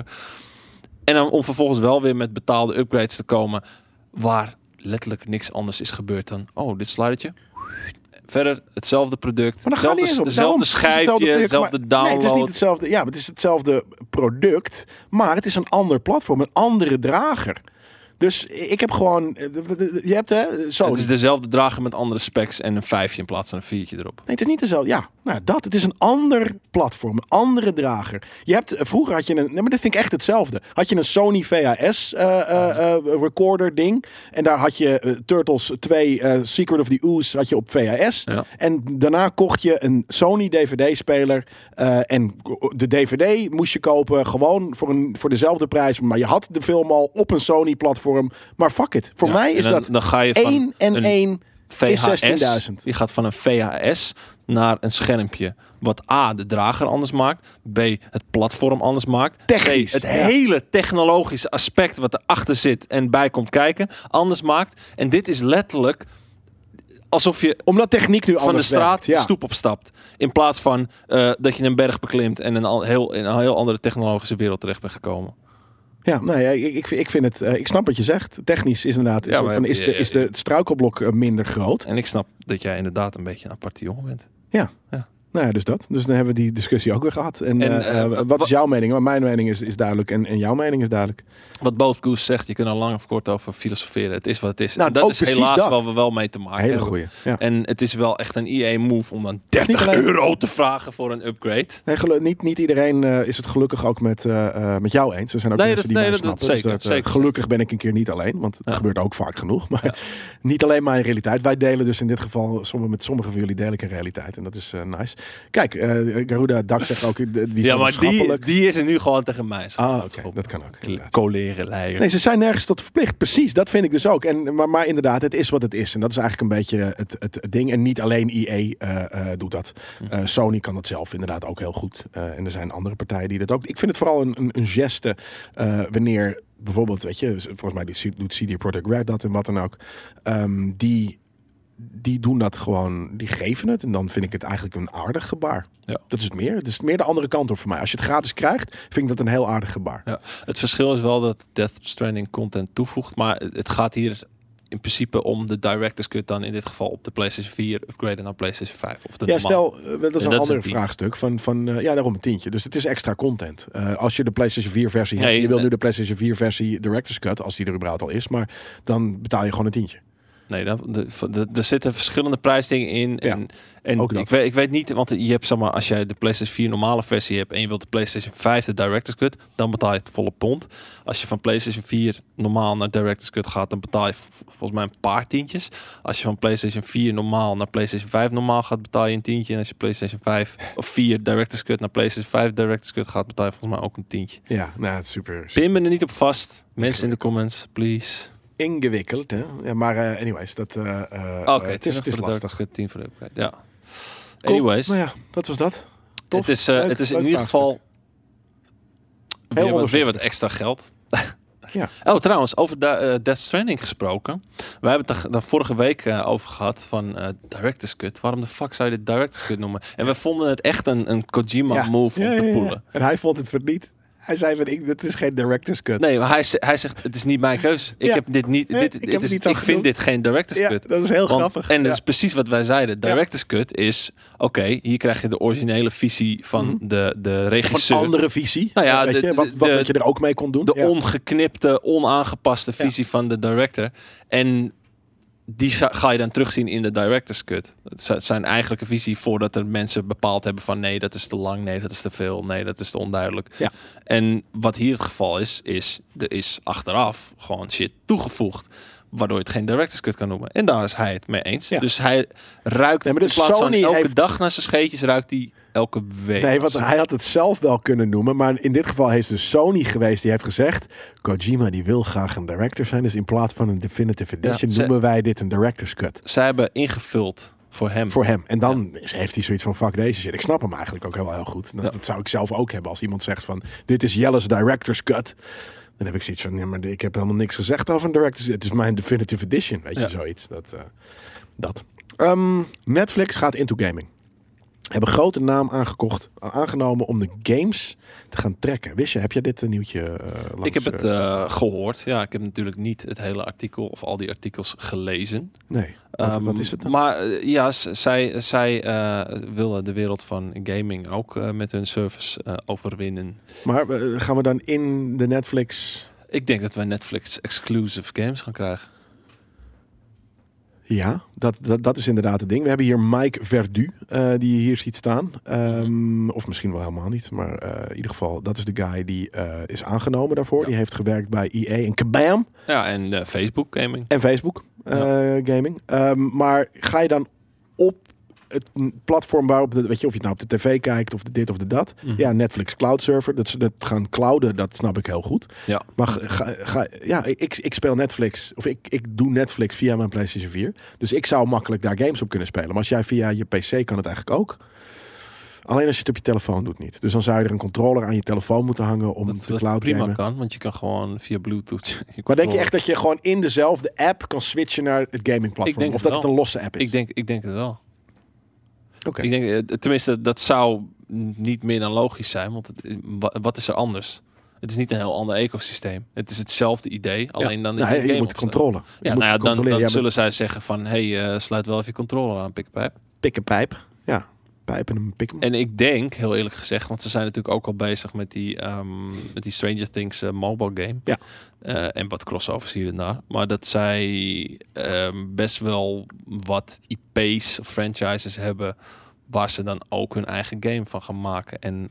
En dan om vervolgens wel weer met betaalde upgrades te komen, waar letterlijk niks anders is gebeurd dan, oh, dit slidertje. Verder hetzelfde product, Maar dan gaat niet eens hetzelfde, op. Daarom, hetzelfde het is hetzelfde schijfje, product, hetzelfde maar- download. Nee, het is niet hetzelfde. Ja, maar het is hetzelfde product, maar het is een ander platform, een andere drager. Dus ik heb gewoon, je hebt hè, zo. Het is dezelfde drager met andere specs en een vijfje in plaats van een viertje erop. Nee, het is niet dezelfde. Ja, nou dat. Het is een ander platform, een andere drager. Je hebt, vroeger had je een, nee, maar dat vind ik echt hetzelfde. Had je een Sony V H S uh, uh, uh, recorder ding. En daar had je uh, Turtles twee, uh, Secret of the Ooze had je op V H S. Ja. En daarna kocht je een Sony D V D-speler. Uh, en de D V D moest je kopen gewoon voor, een, voor dezelfde prijs. Maar je had de film al op een Sony-platform. Maar fuck it. Voor Ja, mij en is dan, dat dan ga je van één en een één V is H zestienduizend. S. Je gaat van een V H S naar een schermpje. Wat A, de drager anders maakt. B, het platform anders maakt. Technisch, C, het ja. hele technologische aspect wat erachter zit en bij komt kijken, anders maakt. En dit is letterlijk alsof je Omdat techniek nu van de anders straat werkt, de ja. stoep opstapt. In plaats van uh, dat je een berg beklimt en een al, heel, in een heel andere technologische wereld terecht bent gekomen. Ja, nee, ik, ik, ik vind het. Uh, ik snap wat je zegt. Technisch is inderdaad. Ja, Is, maar van, heb is, je- de, is de, het struikelblok uh, minder groot. En ik snap dat jij inderdaad een beetje een aparte jongen bent. Ja. Ja. Nou ja, dus dat. Dus dan hebben we die discussie ook weer gehad. En, En, uh, uh, uh, wat is jouw mening? Want mijn mening is, is duidelijk en, en jouw mening is duidelijk. Wat Both Goose zegt, je kunt er lang of kort over filosoferen. Het is wat het is. Nou, en dat ook is precies helaas dat. waar we wel mee te maken Hele hebben. goeie. Ja. En het is wel echt een E A-move om dan niet dertig alleen- euro te vragen voor een upgrade. Nee, gelu- niet, niet iedereen uh, is het gelukkig ook met, uh, uh, met jou eens. Er zijn ook Nee, mensen dat- die nee, mij dat- dat snappen. zeker, Dus dat, uh, zeker. gelukkig ben ik een keer niet alleen, want het Ja. gebeurt ook vaak genoeg. Maar Ja. niet alleen mijn realiteit. Wij delen dus in dit geval, sommige, met sommige van jullie deel ik een realiteit. En dat is uh, nice. Kijk, uh, Garuda Dak zegt ook, uh, wie Ja, maar die, maatschappelijk- die is er nu gewoon tegen mij. Zo, Ah, dat is oké, op- dat kan ook. inderdaad. Coleren, leier. Nee, ze zijn nergens tot verplicht. Precies, dat vind ik dus ook. En, maar, maar inderdaad, het is wat het is. En dat is eigenlijk een beetje het, het, het ding. En niet alleen E A uh, uh, doet dat. Uh, Sony kan dat zelf inderdaad ook heel goed. Uh, en er zijn andere partijen die dat ook... Ik vind het vooral een, een, een geste uh, wanneer bijvoorbeeld, weet je... Volgens mij doet, doet C D Projekt Red dat en wat dan ook. Um, die... Die doen dat gewoon, die geven het. En dan vind ik het eigenlijk een aardig gebaar. Ja. Dat is het meer. Het is meer de andere kant op voor mij. Als je het gratis krijgt, vind ik dat een heel aardig gebaar. Ja. Het verschil is wel dat Death Stranding content toevoegt. Maar het gaat hier in principe om de Director's Cut dan in dit geval op de PlayStation vier upgraden naar PlayStation vijf. Of de Ja, normaal. stel, uh, dat is En een dat is ander een tien. vraagstuk. Van, van, uh, ja, daarom een tientje. Dus het is extra content. Uh, als je de PlayStation vier versie hebt, Nee, je wil uh, nu de PlayStation vier versie Director's Cut, als die er überhaupt al is, maar dan betaal je gewoon een tientje. Nee, daar- de- de- er zitten verschillende prijsdingen in. Ja, En, en ook dat. ik, weet, ik weet niet, want je hebt zeg maar, als jij de PlayStation vier normale versie hebt en je wilt de PlayStation vijf de Director's Cut, dan betaal je het volle pond. Als je van PlayStation vier normaal naar Director's Cut gaat, dan betaal je v- volgens mij een paar tientjes. Als je van PlayStation vier normaal naar PlayStation vijf normaal gaat, betaal je een tientje. En als je PlayStation vijf of vier Director's Cut naar PlayStation vijf Director's Cut gaat, betaal je volgens mij ook een tientje. Ja, nou, het is super, super Pin me er niet op vast. Mensen in de comments, please. ingewikkeld. Hè? Ja, maar uh, anyways, dat, uh, uh, Oké, uh, het is, het is de lastig. Director's Cut, tien voor de upgrade. Ja. Cool. Anyways. Nou ja, dat was dat. Tof. Het is, uh, Leuk, het is in leuk ieder vraagstuk. geval weer wat, onderzoek. weer wat extra geld. Ja. Oh, trouwens, over da- uh, Death Stranding gesproken. We hebben het er daar vorige week uh, over gehad van uh, Director's Cut. Waarom de fuck zou je dit Director's Cut noemen? En we vonden het echt een, een Kojima-move Ja, om ja, te ja, ja. poelen. En hij vond het niet. Hij zei van, ik, dit is geen Director's Cut. Nee, maar hij, ze- hij zegt, het is niet mijn keus. Ik Ja. heb dit niet. Nee, dit, ik dit heb het is, niet zo ik vind genoemd. dit geen Director's Ja, Cut. dat is heel Want- grappig. En dat Ja. is precies wat wij zeiden. Director's Cut is, oké, hier krijg je de originele visie van Mhm. de, de Of regisseur. een andere visie. Nou ja, weet de- je, de- wat, wat, de- wat je er ook mee kon doen. De Ja. ongeknipte, onaangepaste Ja. visie van de director. En die za- ga je dan terugzien in de director's cut. Het zi- zijn eigenlijke visie voordat er mensen bepaald hebben van nee, dat is te lang, nee, dat is te veel, nee, dat is te onduidelijk. Ja. En wat hier het geval is, is er is achteraf gewoon shit toegevoegd, waardoor je het geen director's cut kan noemen. En daar is hij het mee eens. Ja. Dus hij ruikt Nee, maar in dus plaats Sony van elke heeft- dag naar zijn scheetjes, ruikt hij elke week. Nee, want hij had het zelf wel kunnen noemen. Maar in dit geval is dus Sony geweest die heeft gezegd... Kojima die wil graag een director zijn. Dus in plaats van een definitive edition Ja, ze- noemen wij dit een director's cut. Zij hebben ingevuld voor hem. Voor hem. En dan is- heeft hij zoiets van fuck deze shit. Ik snap hem eigenlijk ook heel, heel goed. Dat, Ja. dat zou ik zelf ook hebben. Als iemand zegt van dit is Jelle's director's cut. Dan heb ik zoiets van, ja, maar ik heb helemaal niks gezegd over een director's. Het is mijn definitive edition. Weet je, Ja. zoiets. Dat. eh, dat. Ehm, Netflix gaat into gaming. Hebben grote naam aangekocht, aangenomen om de games te gaan trekken. Wist je, heb jij dit een nieuwtje uh, langs, Ik heb het eh, eh, gehoord. Ja, ik heb natuurlijk niet het hele artikel of al die artikels gelezen. Nee, wat, Ehm, wat is het dan? Maar eh, ja, z- zij, zij eh, willen de wereld van gaming ook eh, met hun service eh, overwinnen. Maar eh, gaan we dan in de Netflix... Ik denk dat wij Netflix exclusive games gaan krijgen. Ja, dat, dat, dat is inderdaad het ding. We hebben hier Mike Verdu, eh, die je hier ziet staan. Ehm, of misschien wel helemaal niet. Maar eh, in ieder geval, dat is de guy die eh, is aangenomen daarvoor. Ja. Die heeft gewerkt bij E A en Kabam. Ja, en eh, Facebook gaming. En Facebook eh, gaming. Ehm, maar ga je dan op het platform waarop, de, weet je, of je het nou op de tv kijkt of de dit of de dat. Mhm. Ja, Netflix Cloud Server. Dat ze het gaan clouden, dat snap ik heel goed. Ja. Maar ga, ga, ga- ja, ik, ik speel Netflix, of ik, ik doe Netflix via mijn PlayStation vier. Dus ik zou makkelijk daar games op kunnen spelen. Maar als jij via je P C kan het eigenlijk ook. Alleen als je het op je telefoon doet niet. Dus dan zou je er een controller aan je telefoon moeten hangen om Dat, te dat cloud prima gamen. kan, want je kan gewoon via Bluetooth. je Maar denk je controller- echt dat je gewoon in dezelfde app kan switchen naar het gaming platform? Ik denk Of het dat het wel. een losse app is? Ik denk, ik denk het wel. Oké. Ik denk, eh, tenminste, dat zou niet meer dan logisch zijn, want het, wa- wat is er anders? Het is niet een heel ander ecosysteem. Het is hetzelfde idee, alleen dan in nou, de je game moet opstaan. controleren. Je Ja, moet nou ja, dan, controleren. dan Ja, zullen zij zeggen van, hey, eh, sluit wel even je controller aan, pikkenpijp. Pikkenpijp. Ja. Pijpen hem, pikken. En ik denk, heel eerlijk gezegd, want ze zijn natuurlijk ook al bezig met die, um, met die Stranger Things uh, mobile game. Ja. Uh, en wat crossovers hier en daar. Maar dat zij um, best wel wat I P's of franchises hebben waar ze dan ook hun eigen game van gaan maken en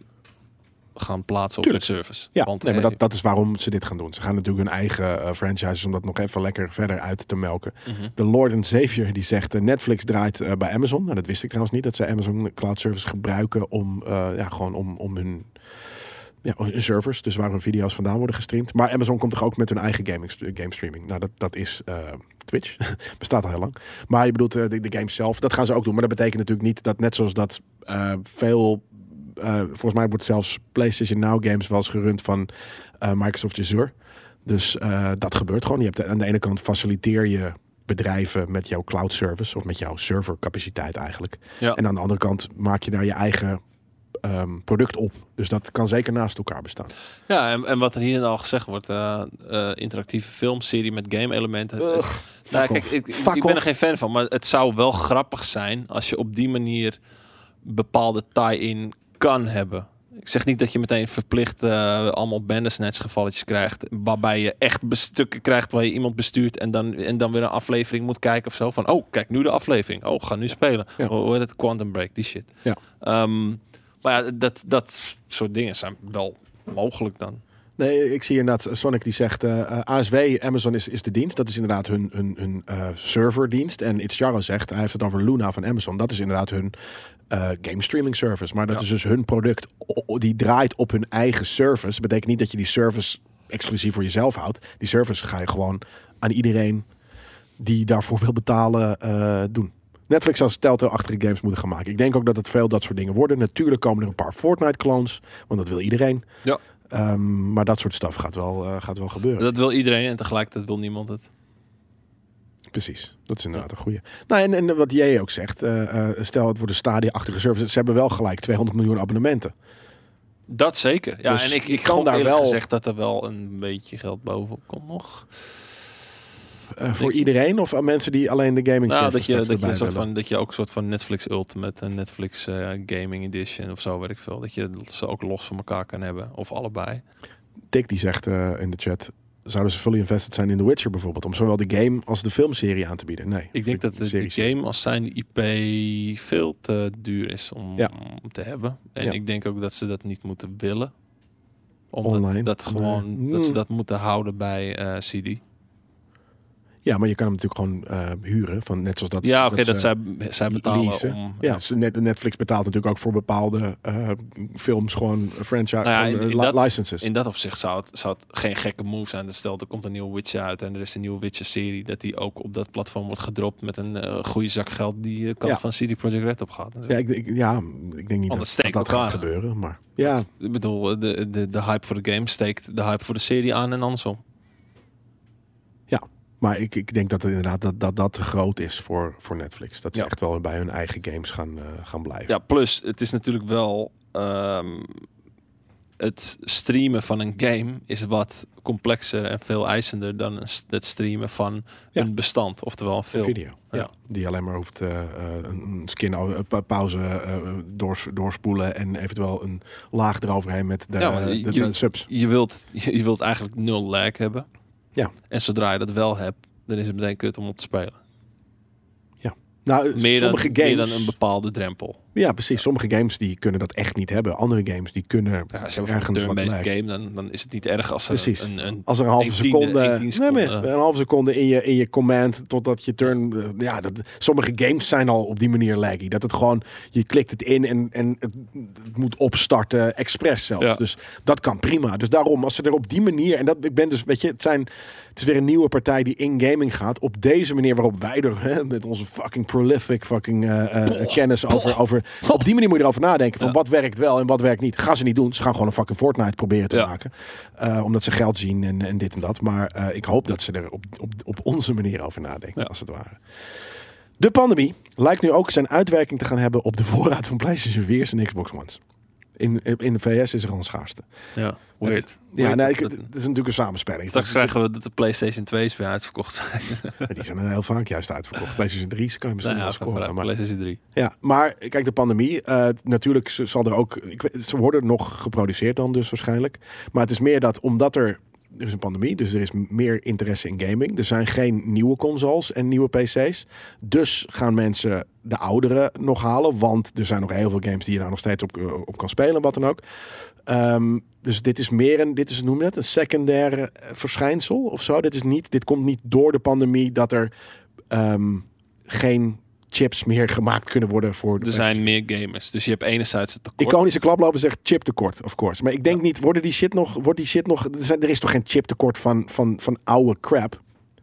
gaan plaatsen Tuurlijk. op hun service. Ja, Want, nee, maar hey, dat, dat is waarom ze dit gaan doen. Ze gaan natuurlijk hun eigen uh, franchises om dat nog even lekker verder uit te melken. mm-hmm. De Lord and Savior die zegt uh, Netflix draait uh, bij Amazon. Nou, dat wist ik trouwens niet, dat ze Amazon Cloud Service gebruiken om, uh, ja, gewoon om, om hun, ja, hun servers, dus waar hun video's vandaan worden gestreamd. Maar Amazon komt toch ook met hun eigen gaming, game streaming. Nou, dat, dat is uh, Twitch. Bestaat al heel lang. Maar je bedoelt uh, de, de games zelf, dat gaan ze ook doen. Maar dat betekent natuurlijk niet dat net zoals dat uh, veel... Uh, volgens mij wordt zelfs PlayStation Now games wel eens gerund van uh, Microsoft Azure. Dus uh, dat gebeurt gewoon. Je hebt de, aan de ene kant faciliteer je bedrijven met jouw cloud service of met jouw servercapaciteit eigenlijk. Ja. En aan de andere kant maak je daar je eigen um, product op. Dus dat kan zeker naast elkaar bestaan. Ja, en, en wat er hier en al gezegd wordt, uh, uh, interactieve filmserie met game elementen. Ugh, nou, fuck kijk, off. ik, ik, Fuck ik ben er off. geen fan van, maar het zou wel grappig zijn als je op die manier bepaalde tie-in kan hebben. Ik zeg niet dat je meteen verplicht uh, allemaal Bandersnatch gevalletjes krijgt, waarbij je echt stukken krijgt waar je iemand bestuurt en dan, en dan weer een aflevering moet kijken of zo. Van, oh, kijk nu de aflevering. Oh, ga nu spelen. Ja. Hoe heet het? Quantum Break, die shit. Ja. Um, maar ja, dat, dat soort dingen zijn wel mogelijk dan. Nee, ik zie inderdaad Sonic die zegt uh, A S W, Amazon is, is de dienst. Dat is inderdaad hun, hun, hun uh, serverdienst. En Itcharo zegt, hij heeft het over Luna van Amazon. Dat is inderdaad hun uh, game streaming service. Maar dat Ja. is dus hun product. O- die draait op hun eigen service. Dat betekent niet dat je die service exclusief voor jezelf houdt. Die service ga je gewoon aan iedereen die daarvoor wil betalen uh, doen. Netflix zal Telltale-achtige games moeten gaan maken. Ik denk ook dat het veel dat soort dingen worden. Natuurlijk komen er een paar Fortnite-clones, want dat wil iedereen. Ja. Um, maar dat soort stuff gaat wel, uh, gaat wel gebeuren. Dat wil iedereen en tegelijkertijd wil niemand het. Precies, dat is inderdaad een goeie. Nou, en, en wat jij ook zegt, uh, uh, stel het wordt een Stadia-achtige service. Ze hebben wel gelijk tweehonderd miljoen abonnementen. Dat zeker. Ja, Dus en ik, je ik kan kan daar daar wel wel- gezegd dat er wel een beetje geld boven komt nog. Uh, voor Ik- iedereen of aan mensen die alleen de gaming Nou, service dat je, straks dat, je erbij een soort willen? van, dat je ook een soort van Netflix Ultimate en Netflix uh, Gaming Edition of zo, weet ik veel. Dat je ze ook los van elkaar kan hebben. Of allebei. Dick die zegt uh, in de chat, zouden ze fully invested zijn in The Witcher bijvoorbeeld, om zowel de game als de filmserie aan te bieden? Nee. Ik denk dat de, de serie- game als zijn de I P veel te duur is om, Ja. om te hebben. En Ja. ik denk ook dat ze dat niet moeten willen. Omdat Online? dat gewoon Nee. dat ze Mm. dat moeten houden bij uh, C D. Ja, maar je kan hem natuurlijk gewoon uh, huren. Van net zoals dat. Ja, oké, dat, ze zij, zij betalen leasen. om... Ja, dus net, Netflix betaalt natuurlijk ook voor bepaalde uh, films gewoon franchise Nou ja, in- uh, in li- dat- licenses. In dat opzicht zou het, zou het geen gekke move zijn. Dat stel, er komt een nieuwe Witcher uit en er is een nieuwe Witcher-serie, dat die ook op dat platform wordt gedropt met een uh, goede zak geld die uh, kant Ja. van C D Projekt Red op gaat. ja, ik, ik, ja, ik denk niet Want dat het steekt dat, dat gaat elkaar. gebeuren. Maar ja, Ik bedoel, de, de, de hype voor de game steekt de hype voor de serie aan en andersom. maar ik, ik denk dat het inderdaad dat, dat, dat te groot is voor, voor Netflix. Dat ze Ja. echt wel bij hun eigen games gaan, uh, gaan blijven. Ja, plus het is natuurlijk wel... Um, het streamen van een game is wat complexer en veel eisender dan een, het streamen van Ja. een bestand, oftewel een film. Video. Ja. Ja. Die alleen maar hoeft uh, uh, een skin uh, pa- pauze uh, doors, doorspoelen en eventueel een laag eroverheen met de, Ja, maar de, je- de subs. Je wilt, je wilt eigenlijk nul lag hebben. Ja. En zodra je dat wel hebt, dan is het meteen kut om op te spelen. Nou, Meer dan, sommige games. meer dan een bepaalde drempel. Ja, precies. Sommige games die kunnen dat echt niet hebben. Andere games die kunnen Ja, als je hebt een ergens wat turn-based lag. game, dan, dan is het niet erg als er Precies. een, een Als er een halve een tiende, seconde, een tien nee, seconde, maar een halve seconde in je, in je command totdat je turn, uh, ja, dat, sommige games zijn al op die manier laggy. Dat het gewoon, je klikt het in en, en het, het moet opstarten, expres zelfs. Ja. Dus dat kan prima. Dus daarom, als ze er op die manier, en dat, ik ben dus, weet je, het zijn, het is weer een nieuwe partij die in gaming gaat. Op deze manier waarop wij er, hè, met onze fucking prolific fucking uh, uh, kennis over, over, op die manier moet je erover nadenken van Ja. wat werkt wel en wat werkt niet. Gaan ze niet doen. Ze gaan gewoon een fucking Fortnite proberen te Ja. maken. Uh, omdat ze geld zien en, en dit en dat. Maar uh, ik hoop dat ze er op, op, op onze manier over nadenken, Ja. als het ware. De pandemie lijkt nu ook zijn uitwerking te gaan hebben op de voorraad van PlayStation vier's en Xbox One's. In, in de V S is er al een schaarste. Ja, weird. Ja, nee, ik, Dat- het is natuurlijk een samenspelling. Straks krijgen we dat de PlayStation twee's weer uitverkocht zijn. we... Die zijn er heel vaak juist uitverkocht. PlayStation drie's kan je misschien Nou wel ja, scoren. vooruit, Maar, PlayStation drie. ja, maar kijk, de pandemie. Uh, natuurlijk z- zal er ook... Ik weet, ze worden nog geproduceerd dan dus waarschijnlijk. Maar het is meer dat omdat er... Er is een pandemie, dus er is meer interesse in gaming. Er zijn geen nieuwe consoles en nieuwe P C's. Dus gaan mensen de oudere nog halen. Want er zijn nog heel veel games die je daar nog steeds op, op kan spelen. Wat dan ook. Um, dus dit is meer een, dit is, noem je het, een secundaire verschijnsel of zo. Dit is niet, dit komt niet door de pandemie dat er um, geen chips meer gemaakt kunnen worden voor de Er zijn meer gamers. Dus je hebt enerzijds het tekort. Iconische klaploper zegt chiptekort, of course. Maar ik denk Ja. niet, worden die shit nog, wordt die shit nog, er, zijn, er is toch geen chiptekort van, van, van oude crap?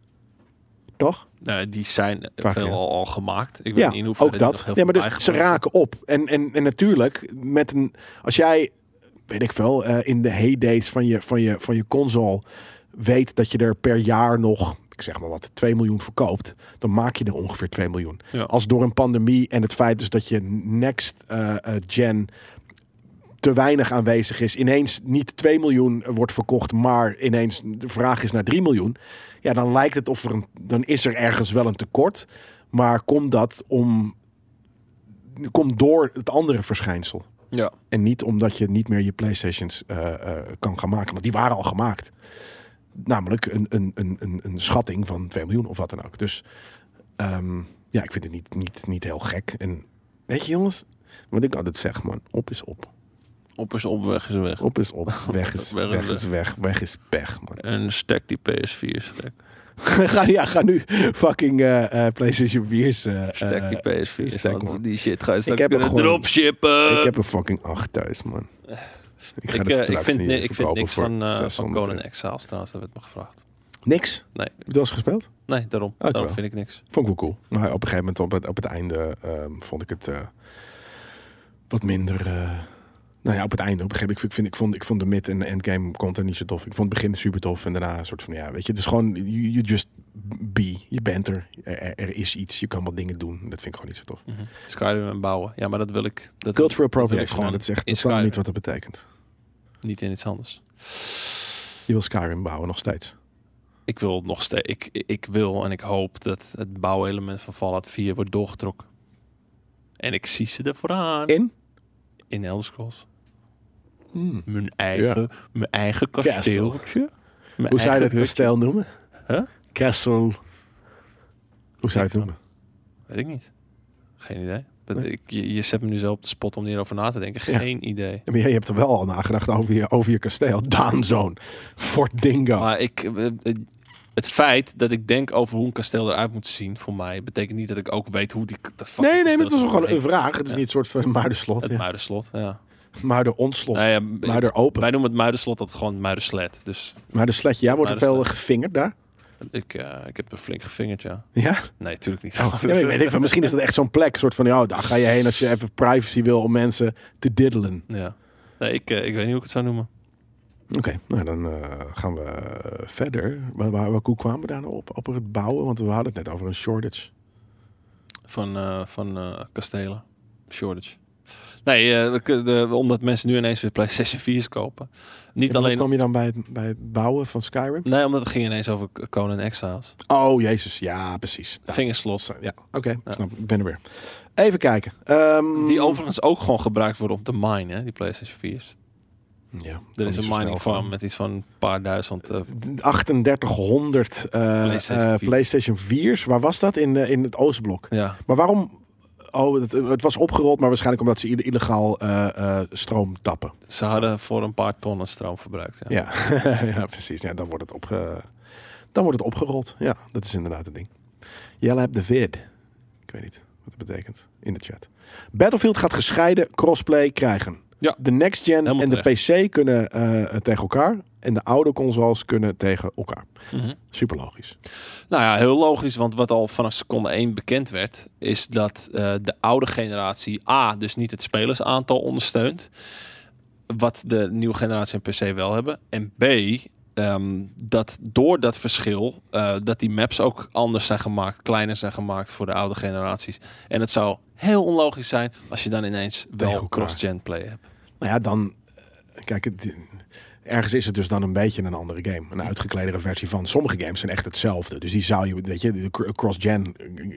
Toch? Nou, die zijn Vaak, veel ja. al, al gemaakt. Ik weet Ja, niet in hoeverre ook die nog dat. heel Ja, maar veel dus ze bijgemaakt raken op. En, en, en natuurlijk, met een, als jij, weet ik veel, uh, in de heydays van je, van, je, van je console weet dat je er per jaar nog, ik zeg maar wat, twee miljoen verkoopt, dan maak je er ongeveer twee miljoen. Ja. Als door een pandemie en het feit dus dat je next uh, uh, gen te weinig aanwezig is, ineens niet twee miljoen wordt verkocht, maar ineens de vraag is naar drie miljoen. Ja, dan lijkt het of er een, dan is er ergens wel een tekort, maar komt dat om, komt door het andere verschijnsel. Ja. En niet omdat je niet meer je PlayStations uh, uh, kan gaan maken, want die waren al gemaakt. Namelijk een, een, een, een, een schatting van twee miljoen of wat dan ook. Dus um, ja, ik vind het niet, niet, niet heel gek. En weet je jongens, wat ik altijd zeg man, op is op. Op is op, weg is weg. Op is op, weg is Weg weg, is is weg, weg is pech man. En stek die P S vier stek. ga, ja, ga nu fucking uh, uh, PlayStation vier's uh, Stek die P S vier. stek, want man. die shit ga je straks heb er kunnen gewoon- dropshippen. Ik heb een fucking acht thuis man. Ik, ga Ik, dit eh, ik straks vind, hier nee, ik vind verkopen niks voor van, uh, van zeshonderd Conan euro. Exiles trouwens, dat werd me gevraagd. Niks? Nee, Heb je het wel eens gespeeld? nee daarom. Ook daarom wel. vind ik niks. Vond ik wel cool. Maar op een gegeven moment, op het, op het einde, ehm, vond ik het uh, wat minder... Uh, nou ja, op het einde. Op een gegeven moment, ik, vind, ik, vond, ik vond de mid- en de endgame content niet zo tof. Ik vond het begin super tof en daarna een soort van... Ja, weet je, het is gewoon... You, you just be. Je bent er. Er, er is iets. Je kan wat dingen doen. Dat vind ik gewoon niet zo tof. Mm-hmm. Skyrim en bouwen. Ja, maar dat wil ik... Dat Cultural dat wil ik appropriation. gewoon Nou, dat is echt in totaal Skyrim. niet wat dat betekent. Niet in iets anders. Je wil Skyrim bouwen nog steeds. Ik wil nog steeds... Ik, ik wil en ik hoop dat het bouwelement van Fallout vier wordt doorgetrokken. En ik zie ze er vooraan. In? In Elder Scrolls. Hmm. Mijn eigen, mijn eigen kasteeltje. Mijn Hoe zou je eigen dat hutje. kasteel noemen? Huh? Castle. Hoe zou je het noemen? Weet ik niet. Geen idee. Dat, Nee. ik, je, je zet me nu zo op de spot om hierover na te denken. Ja. Geen idee. Ja, maar je hebt er wel al nagedacht over je, over je kasteel. Daanzoon. Fort Dingo. Maar ik, eh, eh, het feit dat ik denk over hoe een kasteel eruit moet zien, voor mij, betekent niet dat ik ook weet hoe die dat fucking Nee, nee, maar het was kasteel gewoon een heet. vraag. Het is Ja. niet een soort van Muiderslot. Het Ja. Muiderslot, ja. Muider-ontslot. Nou ja, Muider-open. wij noemen het Muiderslot dat gewoon Muiderslet. Dus Muidersletje. Ja, wordt er veel Muiderslet. gevingerd daar? ik, uh, ik heb er flink gevingerd, ja. Ja? Nee, natuurlijk niet. Oh, ja, ik weet niet, misschien is dat echt zo'n plek. soort van, ja, daar ga je heen als je even privacy wil om mensen te diddelen. Ja. Nee, ik, uh, ik weet niet hoe ik het zou noemen. Oké, okay, nou dan uh, gaan we verder. Waar, waar, waar, hoe kwamen we daar nou op? Op het bouwen? Want we hadden het net over een shortage. Van, uh, van uh, kastelen. Shortage. Nee, uh, de, de, omdat mensen nu ineens weer PlayStation vier's kopen. Niet en alleen... Hoe kwam je dan bij het, bij het bouwen van Skyrim? Nee, omdat het ging ineens over Conan Exiles. Oh, jezus. Ja, precies. Ja. Vingerslot. Ja, oké. Okay, Ja. Snap. Ik ben er weer. Even kijken. Um, Die overigens ook gewoon gebruikt worden om te minen, hè, die PlayStation vier's. Ja, Er is een mining farm met iets van een paar duizend... Uh, achtendertighonderd uh, PlayStation uh, vier. PlayStation vier's. Waar was dat? In, uh, in het Oostblok. ja. Maar waarom... Oh, het, het was opgerold, maar waarschijnlijk omdat ze ille- illegaal uh, uh, stroom tappen. Ze hadden voor een paar tonnen stroom verbruikt. Ja. Ja, ja precies. Ja, dan, wordt het opge... dan wordt het opgerold. Ja, dat is inderdaad het ding. Jelle hebt de vid. Ik weet niet wat het betekent in de chat. Battlefield gaat gescheiden crossplay krijgen. Ja. De next gen Helemaal en de terecht. P C kunnen uh, tegen elkaar. En de oude consoles kunnen tegen elkaar. Mm-hmm. Super logisch. Nou ja, heel logisch, want wat al vanaf seconde één bekend werd, is dat uh, de oude generatie A dus niet het spelersaantal ondersteunt, wat de nieuwe generatie en P C wel hebben. En B, um, dat door dat verschil, uh, dat die maps ook anders zijn gemaakt, kleiner zijn gemaakt voor de oude generaties. En het zou heel onlogisch zijn als je dan ineens Tegen wel elkaar. cross-gen play hebt. Nou ja, dan... Kijk, het, ergens is het dus dan een beetje een andere game. Een uitgekledere versie van. Sommige games zijn echt hetzelfde. Dus die zou je, weet je, de cross-gen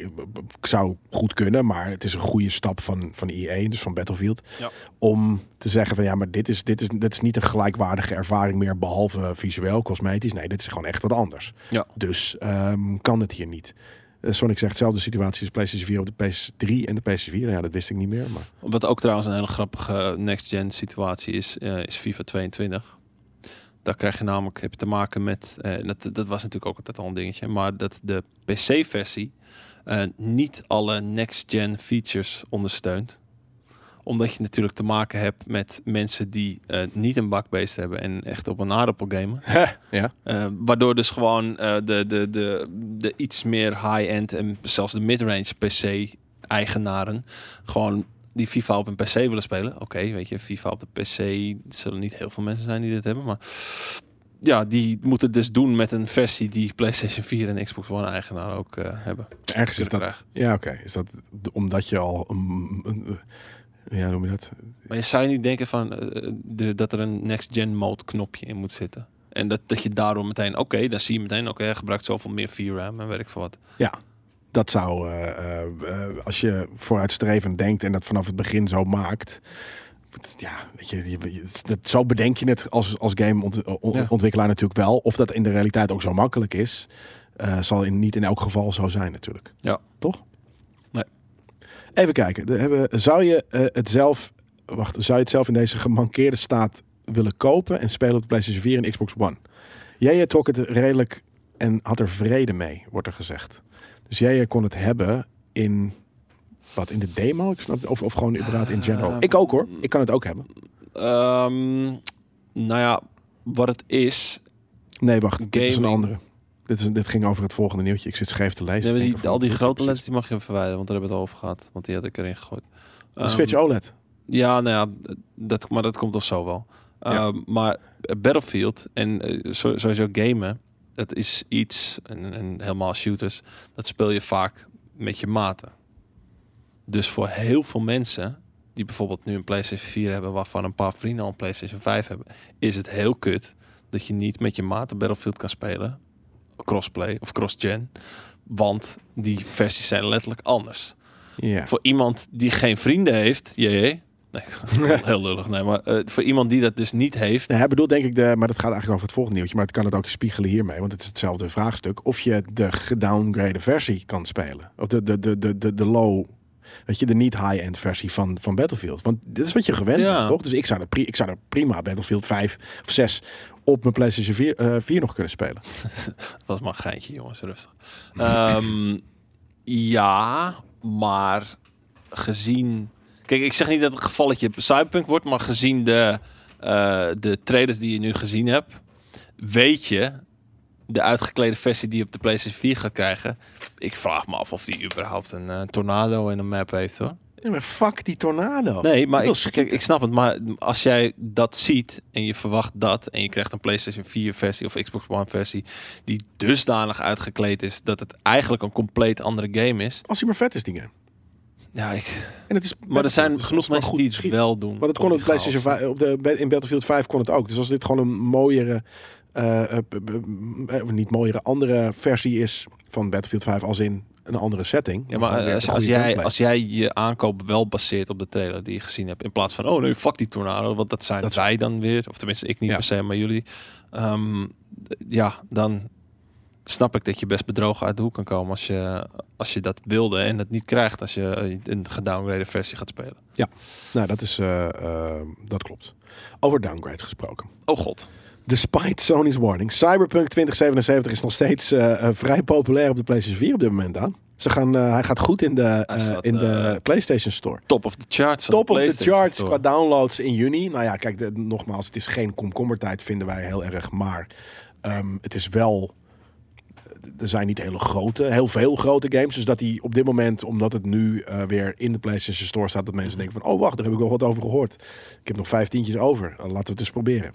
zou goed kunnen. Maar het is een goede stap van, van E A, dus van Battlefield. Ja. Om te zeggen van ja, maar dit is, dit, is, dit is niet een gelijkwaardige ervaring meer. Behalve visueel, cosmetisch. Nee, dit is gewoon echt wat anders. Ja. Dus um, kan het hier niet. Uh, Sonic zegt hetzelfde situatie als PlayStation vier op de P S drie en de P S vier. Ja, dat wist ik niet meer. Maar... Wat ook trouwens een hele grappige next-gen situatie is, uh, is FIFA tweeëntwintig. Daar krijg je namelijk heb je te maken met, uh, dat, dat was natuurlijk ook altijd al een dingetje, maar dat de P C-versie uh, niet alle next-gen features ondersteunt. Omdat je natuurlijk te maken hebt met mensen die uh, niet een bakbeest hebben en echt op een aardappel gamen. ja. Uh, waardoor dus gewoon uh, de, de, de, de iets meer high-end en zelfs de mid-range P C-eigenaren gewoon die FIFA op een P C willen spelen. Oké, okay, weet je, FIFA op de P C, er zullen niet heel veel mensen zijn die dit hebben, maar ja, die moeten het dus doen met een versie die PlayStation vier en Xbox One eigenaar ook uh, hebben. Ergens is dat, krijgen. Ja, oké. Okay. Is dat omdat je al een, een, ja, noem je dat? Maar je zou je niet denken van uh, de, dat er een next-gen mode knopje in moet zitten. En dat, dat je daardoor meteen, oké, okay, dan zie je meteen, oké, okay, hij gebruikt zoveel meer V RAM en werk voor wat. Ja, dat zou, uh, uh, als je vooruitstrevend denkt en dat vanaf het begin zo maakt, ja, weet je, je dat, zo bedenk je het als, als gameontwikkelaar ja. natuurlijk wel. Of dat in de realiteit ook zo makkelijk is, uh, zal in, niet in elk geval zo zijn natuurlijk. Ja. Toch? Nee. Even kijken. De, hebben, zou je uh, het zelf, wacht, zou je het zelf in deze gemankeerde staat willen kopen en spelen op de PlayStation vier en Xbox One? Jij trok het redelijk en had er vrede mee, wordt er gezegd. Dus jij kon het hebben in wat in de demo, ik snap, of, of gewoon überhaupt in general. Uh, ik ook hoor, ik kan het ook hebben. Um, nou ja, wat het is. Nee, wacht, gaming. Dit is een andere. Dit, is, dit ging over het volgende nieuwtje. Ik zit scheef te lezen. Nee, die, al die grote letters die mag je verwijderen, want daar hebben we het over gehad. Want die had ik erin gegooid. De um, Switch O L E D. Ja, nou ja, dat, maar dat komt toch zo wel. Ja. Um, maar Battlefield en uh, sowieso gamen, dat is iets, en, en helemaal shooters, dat speel je vaak met je maten. Dus voor heel veel mensen die bijvoorbeeld nu een PlayStation vier hebben, waarvan een paar vrienden al een PlayStation vijf hebben, is het heel kut dat je niet met je maten Battlefield kan spelen, crossplay of cross-gen, want die versies zijn letterlijk anders. Yeah. Voor iemand die geen vrienden heeft, jee, nee, heel lullig, nee, maar uh, voor iemand die dat dus niet heeft. Nee, hij bedoelt denk ik de, maar dat gaat eigenlijk over het volgende nieuwtje, maar het kan het ook spiegelen hiermee, want het is hetzelfde vraagstuk, of je de gedowngrade versie kan spelen, of de de de de de, de low. Weet je, de niet high-end versie van, van Battlefield. Want dit is wat je gewend bent, ja. toch? Dus ik zou, er pri- ik zou er prima Battlefield vijf of zes op mijn PlayStation vier, uh, vier nog kunnen spelen. Dat was maar een geintje, jongens. Rustig. um, ja, maar gezien... Kijk, ik zeg niet dat het gevalletje Cyberpunk wordt, maar gezien de, uh, de trailers die je nu gezien hebt, weet je, de uitgeklede versie die je op de PlayStation vier gaat krijgen, ik vraag me af of die überhaupt een uh, tornado in een map heeft, hoor. Ja, maar fuck die tornado. Nee, maar ik, kijk, ik snap het. Maar als jij dat ziet en je verwacht dat en je krijgt een PlayStation vier versie of Xbox One versie die dusdanig uitgekleed is dat het eigenlijk een compleet andere game is. Als hij maar vet is, dingen. Ja, ik... En het is maar er zijn genoeg mensen die het schieten. wel doen. Want het kon op PlayStation vijf, op de, in Battlefield vijf kon het ook. Dus als dit gewoon een mooiere, uh, uh, uh, uh, niet mooiere andere versie is van Battlefield vijf als in een andere setting. Ja, maar als, als, jij, als jij je aankoop wel baseert op de trailer die je gezien hebt, in plaats van, oh nee, fuck die tornado, want dat zijn dat wij is... dan weer, of tenminste ik niet ja. per se, maar jullie. Um, ja, dan snap ik dat je best bedrogen uit de hoek kan komen als je, als je dat wilde en het niet krijgt als je een gedowngrade versie gaat spelen. Ja, nou dat is, uh, uh, dat klopt. Over downgrade gesproken. Oh god. Despite Sony's warning, Cyberpunk twintig zevenenzeventig is nog steeds uh, uh, vrij populair op de PlayStation vier op dit moment aan. Ze gaan, uh, hij gaat goed in de, uh, staat, in de uh, PlayStation Store. Top of the charts. Top of the charts Store. Qua downloads in juni. Nou ja, kijk, de, nogmaals, het is geen komkommertijd, vinden wij heel erg. Maar um, het is wel... Er zijn niet hele grote, heel veel grote games. Dus dat die op dit moment, omdat het nu uh, weer in de PlayStation Store staat, dat mensen denken van, oh wacht, daar heb ik wel wat over gehoord. Ik heb nog vijftientjes over. Uh, laten we het eens proberen.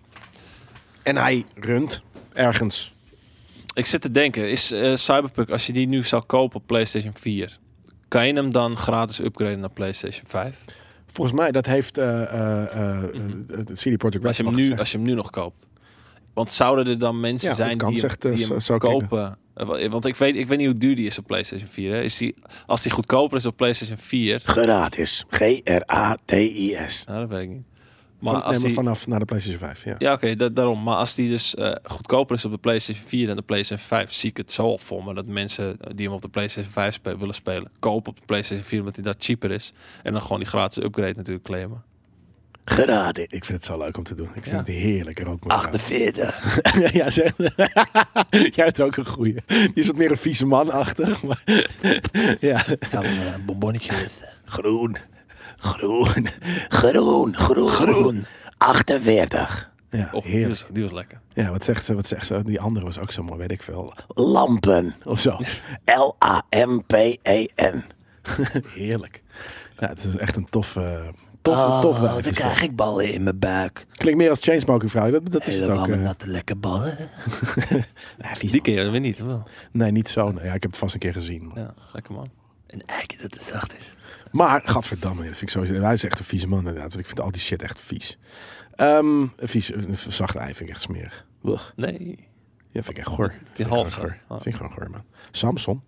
En hij runt ergens. Ik zit te denken, is uh, Cyberpunk, als je die nu zou kopen op PlayStation vier, kan je hem dan gratis upgraden naar PlayStation vijf? Volgens mij, dat heeft uh, uh, uh, Mm-hmm. uh, C D Projekt Red Als je, hem al nu, gezegd. als je hem nu nog koopt. Want zouden er dan mensen Ja, zijn dat kan, die hem, zegt, uh, die hem zo- zo kopen? Uh, Want ik weet, ik weet niet hoe duur die is op PlayStation vier. Hè. Is die, als die goedkoper is op PlayStation vier... Gratis. G R A T I S. Nou, dat weet ik niet. Maar Van, als nee, maar die, vanaf naar de PlayStation vijf, ja. ja, oké, okay, da- daarom. Maar als die dus uh, goedkoper is op de PlayStation vier dan de PlayStation vijf, zie ik het zo al voor me dat mensen die hem op de PlayStation vijf spe- willen spelen, kopen op de PlayStation vier omdat hij dat cheaper is. En dan gewoon die gratis upgrade natuurlijk claimen. Gratis. Ik vind het zo leuk om te doen. Ik vind Ja. het heerlijk rook. achtenveertig. Ja, zeg. Jij hebt ook een goeie. Die is wat meer een vieze man-achtig. Maar ja. Zou een bonbonnetje is. Groen. Groen. Groen. Groen. Groen. achtenveertig. Ja, Oh, die, heerlijk. was, die was lekker. Ja, wat zegt ze? Wat zegt ze? Die andere was ook zo mooi, weet ik veel. Lampen. Of zo. L A M P E N. Heerlijk. Ja, het is echt een toffe... Toffe, tof wijf is dan dat. krijg ik ballen in mijn buik. Klinkt meer als Chainsmoking vrouw. Dat, dat is het ook. Helemaal met eh. natte lekke ballen. Ja, vies, Die man. ken je weer niet, of wel? Nee, niet zo. Nee, ja, ik heb het vast een keer gezien. man. Ja, lekker man. Een eikje dat het zacht is. Maar, gadverdamme, dat vind ik sowieso... Hij is echt een vieze man inderdaad. Want ik vind al die shit echt vies. Ehm vies, een zacht ei vind ik echt smerig. Ugh. Nee. Ja, vind ik echt goor. Die Vind ik half gewoon goor. zo. Ah. Vind ik gewoon goor, man. Samson.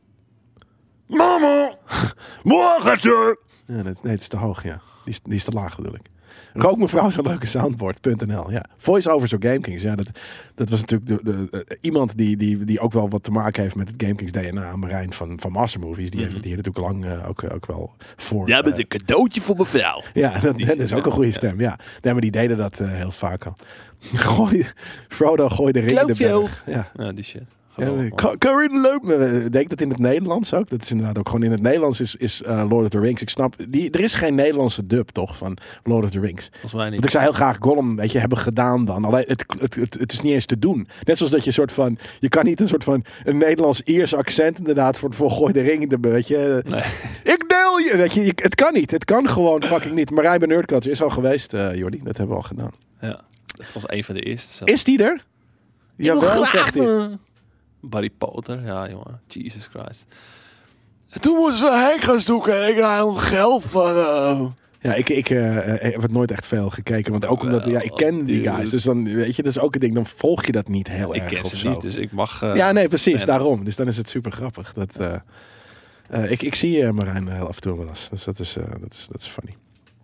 Mama! Morgen! Ja, dat, nee, het is te hoog, ja. Die is, die is te laag, bedoel ik. Rook mevrouw zo'n leuke soundboard.nl. Ja. Voice-overs door GameKings. Ja, dat, dat was natuurlijk de, de, de- iemand die, die, die ook wel wat te maken heeft met het GameKings D N A. Marijn van, van Master Movies. Die heeft het hier natuurlijk lang eh, ook, ook wel voor. Jij bent eh, een cadeautje voor mijn vrouw. ja, dat, Die dat zin, is ook ja. een goede Ja. stem. Ja. Nee, maar die deden dat eh, heel vaak al. Gooi, Frodo, gooi de ring in de Kloofjo. berg. Ja. Ja, die shit. Ja, Geweldig, man. Ka- Karin Leuk. Ik denk dat in het Nederlands ook. Dat is inderdaad ook gewoon in het Nederlands is, is uh, Lord of the Rings. Ik snap, die, er is geen Nederlandse dub toch van Lord of the Rings. Volgens mij niet. Want ik zou heel graag Gollum, weet je, hebben gedaan dan. Alleen het, het, het, het is niet eens te doen. Net zoals dat je een soort van, je kan niet een soort van een Nederlands-Iers accent inderdaad voor, voor gooi de ring in de, weet je. Nee. Ik deel je, weet je, je- het kan niet. Het kan gewoon fucking niet. Marijn bij Nerdculture is al geweest, uh, Jordi. Dat hebben we al gedaan. Ja. Dat was een van de eerste. zelfs. Is die er? wil Jawel, graag, zegt hij. eh, Barry Potter, ja jongen, Jesus Christ. En toen moesten ze hek gaan zoeken en ik had nog geld van hem. Ja, ik, ik eh, heb het nooit echt veel gekeken. Want ook omdat, ja, ik ken die Dude. guys. Dus dan, weet je, dat is ook een ding. Dan volg je dat niet heel Ik erg ken of ze zo. niet, dus ik mag... eh, Ja, nee, precies. fan. Daarom. Dus dan is het super grappig. Dat, eh, eh, ik, ik zie uh, Marijn heel af en toe wel eens. Dus dat is, eh, dat is, dat is funny.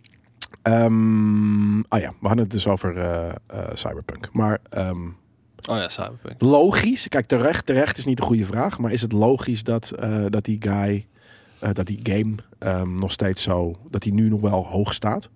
Ehm ah ja, we hadden het dus over eh, eh, Cyberpunk. Maar ehm, Oh ja, Cyberpunk. logisch, kijk, terecht, terecht is niet de goede vraag. Maar is het logisch dat, eh, dat die guy, eh, dat die game ehm, nog steeds zo, dat die nu nog wel hoog staat?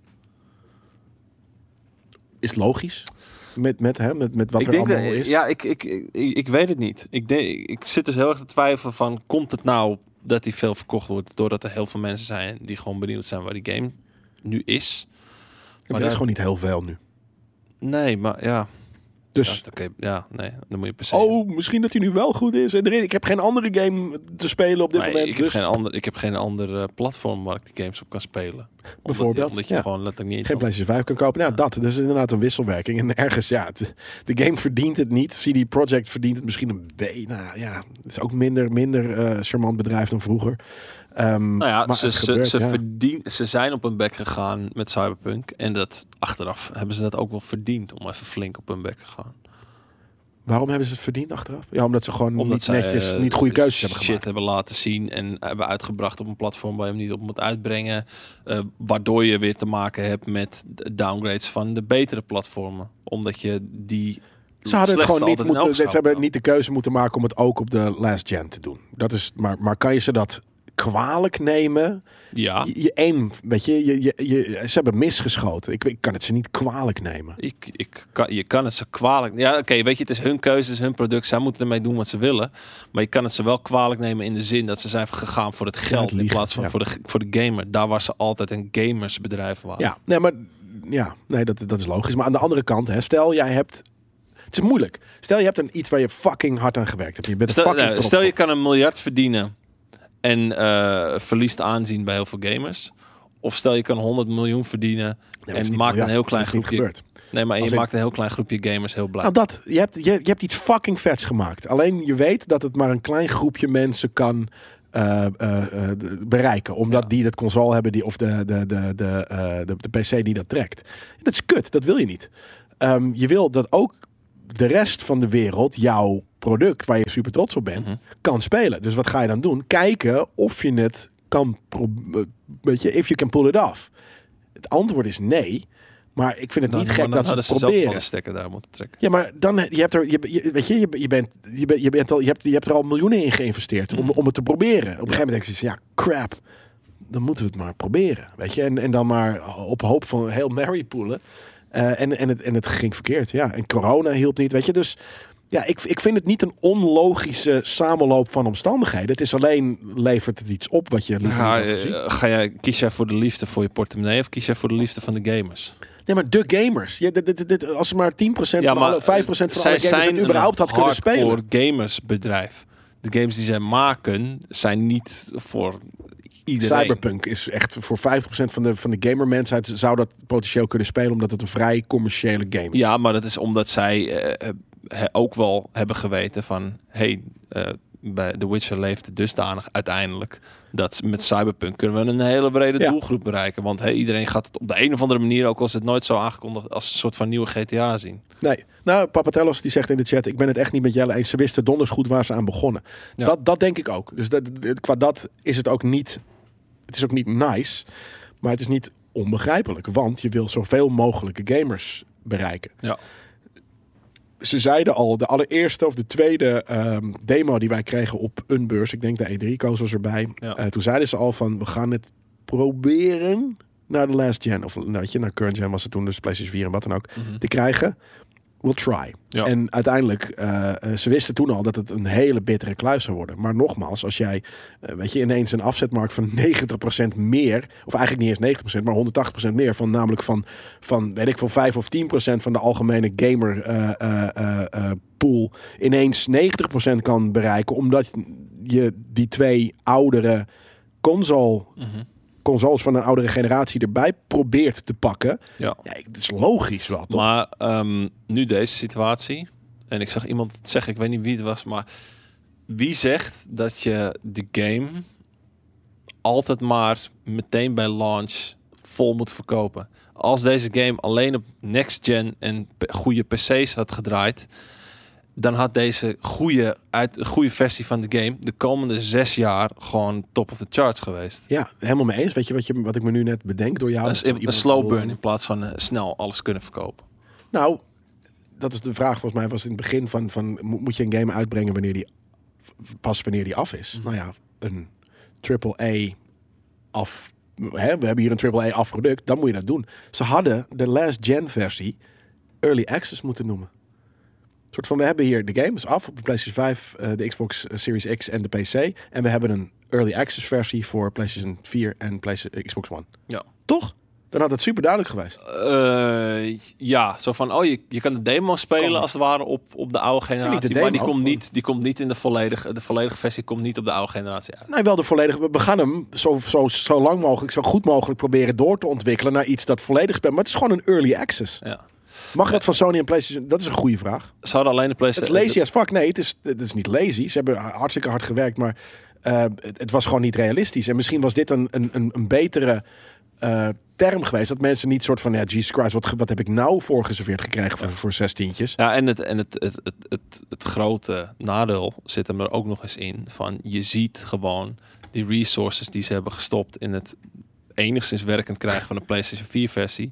Is het logisch? Met, met, hè, met, met wat Ik er denk dat, allemaal is? ja, ik, ik, ik, ik weet het niet. Ik, denk, ik zit dus heel erg te twijfelen van, komt het nou dat die veel verkocht wordt doordat er heel veel mensen zijn die gewoon benieuwd zijn waar die game nu is? maar dat is daar- gewoon niet heel veel nu. Nee, maar ja. Dus, Ja, oké, ja, nee, dan moet je per se. oh, misschien dat hij nu wel goed is. En er is, ik heb geen andere game te spelen op dit Nee, moment. ik, heb dus geen ander, ik heb geen ander eh, platform waar ik die games op kan spelen. Omdat, Bijvoorbeeld, Omdat je ja. gewoon letterlijk niet eens geen op- PlayStation vijf kan kopen. Nou, dat. Dus inderdaad een wisselwerking. En ergens, ja, het- de game verdient het niet. C D Projekt verdient het misschien een beetje. Nou ja, het is ook minder, minder eh, charmant bedrijf dan vroeger. Ehm, Nou ja, maar ze, het ze, gebeurt, ze, ja. verdien, ze zijn op hun bek gegaan met Cyberpunk. En dat achteraf hebben ze dat ook wel verdiend om even flink op hun bek te gaan. Waarom hebben ze het verdiend achteraf? Ja, omdat ze gewoon Omdat niet zij netjes, eh, niet goede keuzes hebben shit gemaakt. hebben laten zien en hebben uitgebracht op een platform waar je hem niet op moet uitbrengen. eh, waardoor je weer te maken hebt met de downgrades van de betere platformen. Omdat je die Ze hadden het slechtste gewoon niet altijd in moeten. Ze oogschouw hebben kan. niet de keuze moeten maken om het ook op de last gen te doen. Dat is, maar, maar kan je ze dat kwalijk nemen? Ja, Je, je aim, weet je, je, je, je, ze hebben misgeschoten. Ik, ik kan het ze niet kwalijk nemen. ik, ik kan, je kan het ze kwalijk... Ja, oké, weet je, het is hun keuze, het is hun product. Zij moeten ermee doen wat ze willen. Maar je kan het ze wel kwalijk nemen in de zin dat ze zijn gegaan voor het geld het in liegen, plaats van ja. voor, de, voor de gamer. Daar waar ze altijd een gamersbedrijf waren. Ja, nee, maar ja, nee, dat, dat is logisch. Maar aan de andere kant, hè, stel jij hebt. Het is moeilijk. Stel je hebt een iets waar je fucking hard aan gewerkt hebt. Je bent er Stel, fucking nou, trots stel je op. kan een miljard verdienen en eh, verliest aanzien bij heel veel gamers. Of stel je kan honderd miljoen verdienen Nee, dat is en niet maakt miljard. een heel klein Dat is niet groepje. gebeurd. Nee, maar Als je in- maakt een heel klein groepje gamers heel blij. Nou, dat. Je hebt, je, je hebt iets fucking vets gemaakt. Alleen je weet dat het maar een klein groepje mensen kan uh, uh, uh, bereiken. Omdat Ja. die dat console hebben die, of de, de, de, de, uh, de, de P C die dat trekt. Dat is kut, dat wil je niet. Um, je wil dat ook de rest van de wereld jouw product, waar je super trots op bent, Mm-hmm. kan spelen. Dus wat ga je dan doen? Kijken of je het kan, pro- weet je, if you can pull it off. Het antwoord is nee. Maar ik vind het niet Dan- gek maar dan dat ze hadden het ze zelf wel proberen. de stekker daar moeten trekken. Ja, maar dan je hebt er, je, je- weet je, je, je bent, je bent, je bent al, je hebt, je hebt er al miljoenen in geïnvesteerd om, Mhm. om het te proberen. Op een Ja. gegeven moment denk je van, ja, crap, dan moeten we het maar proberen, weet je, en, en dan maar op hoop van heel Mary poelen. Uh, en, en, het, en het ging verkeerd, ja. En corona hielp niet, weet je, dus ja, ik, ik vind het niet een onlogische samenloop van omstandigheden. Het is alleen levert het iets op wat je liever Ga, niet had gezien. eh, ga jij, kies jij voor de liefde voor je portemonnee of kies jij voor de liefde van de gamers? Nee, maar de gamers. Ja, dit, dit, dit, als er maar tien procent van alle, vijf procent van zij alle gamers het überhaupt had kunnen spelen. hardcore gamersbedrijf. De games die zij maken zijn niet voor iedereen. Cyberpunk is echt voor vijftig procent van de, van de gamermensheid zou dat potentieel kunnen spelen, omdat het een vrij commerciële game is. Ja, maar dat is omdat zij eh, eh, ook wel hebben geweten van, hey, eh, bij The Witcher leeft het dusdanig uiteindelijk dat met Cyberpunk kunnen we een hele brede Ja. doelgroep bereiken. Want hey, iedereen gaat het op de een of andere manier, ook als het nooit zo aangekondigd, als een soort van nieuwe G T A zien. Nee. Nou, Papatellos die zegt in de chat, ik ben het echt niet met Jelle eens. Ze wisten donders goed waar ze aan begonnen. Ja. Dat, dat denk ik ook. Dus dat, dat- qua dat is het ook niet, het is ook niet nice, maar het is niet onbegrijpelijk. Want je wil zoveel mogelijke gamers bereiken. Ja. Ze zeiden al, de allereerste of de tweede ehm, demo die wij kregen op een beurs, ik denk de E drie koos was erbij. Ja. Eh, toen zeiden ze al van, we gaan het proberen naar de last gen, of nou, weet je, naar current gen was het toen, dus PlayStation vier en wat dan ook, Mhm. te krijgen. We'll try. Ja. En uiteindelijk, eh, eh, ze wisten toen al dat het een hele bittere kluis zou worden. Maar nogmaals, als jij, eh, weet je, ineens een afzetmarkt van negentig procent meer, of eigenlijk niet eens negentig procent, maar honderdtachtig procent meer, van namelijk van, van weet ik veel, vijf of tien procent van de algemene gamer eh, eh, eh, eh, pool, ineens negentig procent kan bereiken, omdat je die twee oudere console Mhm. consoles van een oudere generatie erbij probeert te pakken. Ja. Ja, het is logisch wel, toch? Maar ehm, nu deze situatie, en ik zag iemand het zeggen, ik weet niet wie het was, maar wie zegt dat je de game altijd maar meteen bij launch vol moet verkopen? Als deze game alleen op next gen en p- goede P C's had gedraaid, dan had deze goede, uit, goede versie van de game de komende zes jaar gewoon top of the charts geweest. Ja, helemaal mee eens. Weet je wat, je wat ik me nu net bedenk door jou? Een, Dat een iemand- slow burn in plaats van eh, snel alles kunnen verkopen. Nou, dat is de vraag volgens mij was in het begin van, van mo- moet je een game uitbrengen wanneer die pas wanneer die af is? Mhm. Nou ja, een triple A af. Hè, we hebben hier een triple A af product, dan moet je dat doen. Ze hadden de last gen versie early access moeten noemen. Een soort van, we hebben hier de game is af op de PlayStation vijf, eh, de Xbox Series X en de P C. En we hebben een early access versie voor PlayStation vier en PlayStation, Xbox One. Ja. Toch? Dan had het super duidelijk geweest. Eh, ja, zo van, oh, je, je kan de demo spelen Kan. als het ware op, op de oude generatie. demo, maar die komt, gewoon- niet, die komt niet in de volledige, de volledige versie komt niet op de oude generatie uit. Nee, wel de volledige. We- We gaan hem zo, zo, zo lang mogelijk, zo goed mogelijk proberen door te ontwikkelen naar iets dat volledig speelt. Maar het is gewoon een early access. Ja. Mag dat van Sony en PlayStation? Dat is een goede vraag. Ze hadden alleen de Het is PlayStation... lazy as fuck. Nee, het is, het is niet lazy. Ze hebben hartstikke hard gewerkt, maar eh, het, het was gewoon niet realistisch. En misschien was dit een, een, een, een betere eh, term geweest. Dat mensen niet soort van, ja, Jesus Christ, wat, ge- wat heb ik nou voor geserveerd gekregen voor, voor zestientjes? Ja, en, het, en het, het, het, het, het grote nadeel zit hem er ook nog eens in. Van, je ziet gewoon die resources die ze hebben gestopt in het enigszins werkend krijgen van de PlayStation vier versie.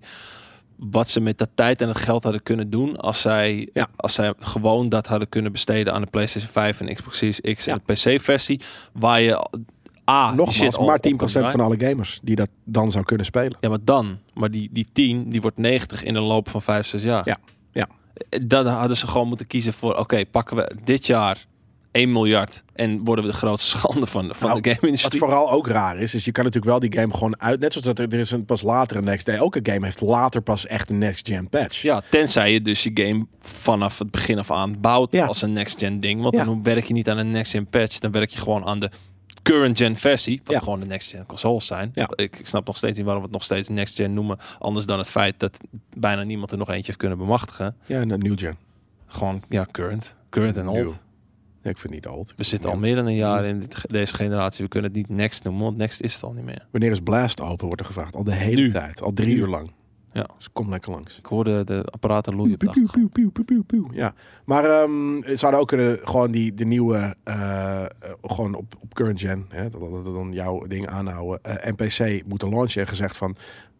Wat ze met dat tijd en het geld hadden kunnen doen als zij, Ja. als zij gewoon dat hadden kunnen besteden aan de PlayStation vijf en Xbox Series X Ja. en de P C-versie. Waar je ah, die Nogmaals, shit al maar op tien kan procent van draaien. alle gamers die dat dan zou kunnen spelen. Ja, maar dan. Maar die, die tien, die wordt negentig in de loop van vijf, zes jaar. Ja, ja. Dan hadden ze gewoon moeten kiezen voor, oké, pakken we dit jaar één miljard en worden we de grootste schande van, van Nou, de Wat game-industrie. vooral ook raar is, is je kan natuurlijk wel die game gewoon uit... Net zoals dat er, er is een pas later een next day. Elke game heeft later pas echt een next gen patch. Ja, tenzij je dus je game vanaf het begin af aan bouwt Ja. als een next-gen ding. Want Ja. dan werk je niet aan een next-gen patch. Dan werk je gewoon aan de current-gen versie. Wat Ja. gewoon de next-gen consoles zijn. Ja. Ik, ik snap nog steeds niet waarom we het nog steeds next-gen noemen. Anders dan het feit dat bijna niemand er nog eentje heeft kunnen bemachtigen. Ja, en een new gen. Gewoon, ja, current. Current en Nieuw. old. Ja, ik vind het niet oud. We zitten Ja. al meer dan een jaar in dit, deze generatie. We kunnen het niet Next noemen, want Next is het al niet meer. Wanneer is Blast open, wordt er gevraagd. Al de hele Nu. tijd. Al drie Nu. uur lang. Ja. Dus kom lekker langs. Ik hoorde de apparaten loeien op Piu, dag. piu, piu, piu, piu, piu, piu. Ja, maar ehm ze zouden ook kunnen gewoon die de nieuwe eh, eh, gewoon op, op current gen, hè, dat, dat, dat dan jouw ding aanhouden, eh, en P C moeten launchen en gezegd van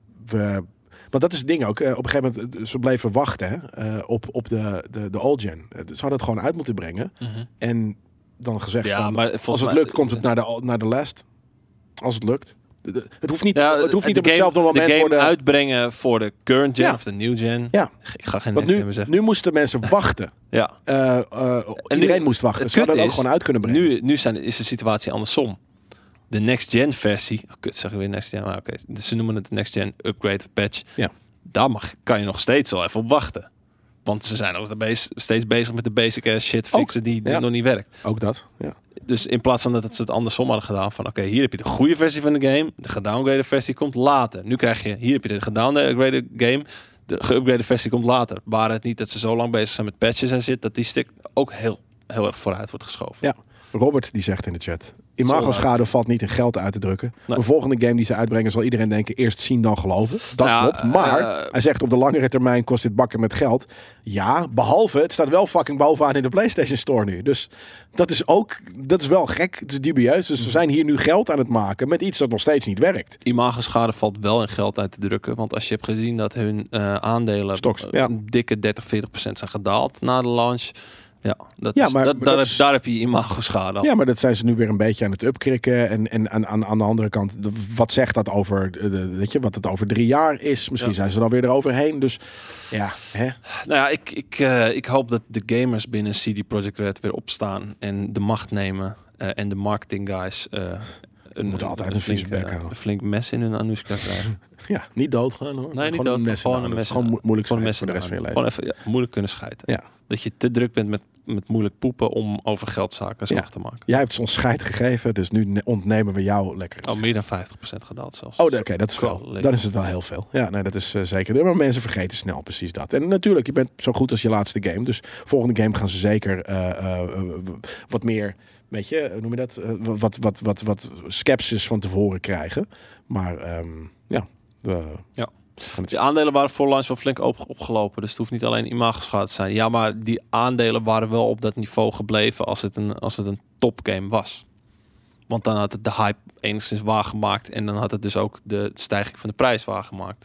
we. Want dat is het ding ook. eh, op een gegeven moment, eh, ze bleven wachten hè, eh, op, op de, de, de old gen. Eh, Ze hadden het gewoon uit moeten brengen. Mhm. En dan gezegd Ja, van, maar volgens als het mij- lukt, komt het naar de, naar de last. Als het lukt. De- de- Het hoeft niet, Ja, het hoeft niet de op hetzelfde game, moment de game voor de... uitbrengen voor de current gen Ja. of de new gen. Ja. Ik ga geen Want next gen nu, meer zeggen. nu moesten mensen wachten. Ja. Uh, uh, iedereen nu- moest wachten. het Ze hadden kut het ook is, gewoon uit kunnen brengen. Nu, nu zijn, is de situatie andersom. De next gen versie. Oh, kut, zeg ik weer next gen. Maar oké, dus ze noemen het de next gen upgrade of patch. Ja. Daar mag, kan je nog steeds wel even op wachten. Want ze zijn ook bezig, steeds bezig met de basic ass shit fixen die, die ja. nog niet werkt. Ook dat, ja. Dus in plaats van dat ze het andersom hadden gedaan van oké, hier heb je de goede versie van de game. De gedowngrade versie komt later. Nu krijg je, hier heb je de gedowngrade game. De geüpgrade versie komt later. Waar het niet dat ze zo lang bezig zijn met patches en zit, dat die stick ook heel, heel erg vooruit wordt geschoven. Ja. Robert die zegt in de chat: imago-schade valt niet in geld uit te drukken. Nee. De volgende game die ze uitbrengen zal iedereen denken eerst zien dan geloven. Dat Ja, klopt. Maar uh, hij zegt op de langere termijn kost dit bakken met geld. Ja, behalve het staat wel fucking bovenaan in de PlayStation Store nu. Dus dat is ook, dat is wel gek. Het is dubieus. Dus we zijn hier nu geld aan het maken met iets dat nog steeds niet werkt. Imago-schade valt wel in geld uit te drukken. Want als je hebt gezien dat hun uh, aandelen Stocks, uh, ja. een dikke dertig, veertig procent zijn gedaald na de launch. Ja, dat Ja, is, maar- dat, maar daar, dat heb, is- daar heb je imago-schade al. Ja, maar dat zijn ze nu weer een beetje aan het upkrikken. En, en aan, aan, aan de andere kant, de- wat zegt dat over, de, de- weet je, wat het over drie jaar is? Misschien Ja. zijn ze dan weer eroverheen. Dus ja, hè? Nou ja, ik, ik, uh, ik hoop dat de gamers binnen C D Projekt Red weer opstaan en de macht nemen. Uh, en de marketing guys uh, een, moeten altijd een flink, vieze bek uh, houden. een flink mes in hun anouska krijgen. Ja, niet doodgaan hoor. Nee, niet gewoon dood, een mes gewoon een inhouden. mes Gewoon in- mo- moeilijk Gewoon zijn een mes voor de in rest van je Gewoon leven. even ja, moeilijk kunnen scheiden. Ja. Dat je te druk bent met, met moeilijk poepen om over geldzaken zorg Ja. te maken. Jij hebt ons scheid gegeven, dus nu ne- ontnemen we jou lekker. Oh, meer dan vijftig procent gedaald zelfs. Oh, oké, dat is Wel veel. leuk. Dan is het wel heel veel. Ja, nee, dat is uh, zeker. Maar mensen vergeten snel precies dat. En natuurlijk, je bent zo goed als je laatste game. Dus volgende game gaan ze zeker uh, uh, uh, wat meer, weet je, hoe noem je dat? Uh, wat, wat, wat, wat skepsis van tevoren krijgen. Maar um, ja, de, Ja. gaan het Die aandelen waren voor launch wel flink op, opgelopen. Dus het hoeft niet alleen imago-schade te zijn. Ja, maar die aandelen waren wel op dat niveau gebleven als het een, als het een topgame was. Want dan had het de hype enigszins waargemaakt. En dan had het dus ook de stijging van de prijs waargemaakt.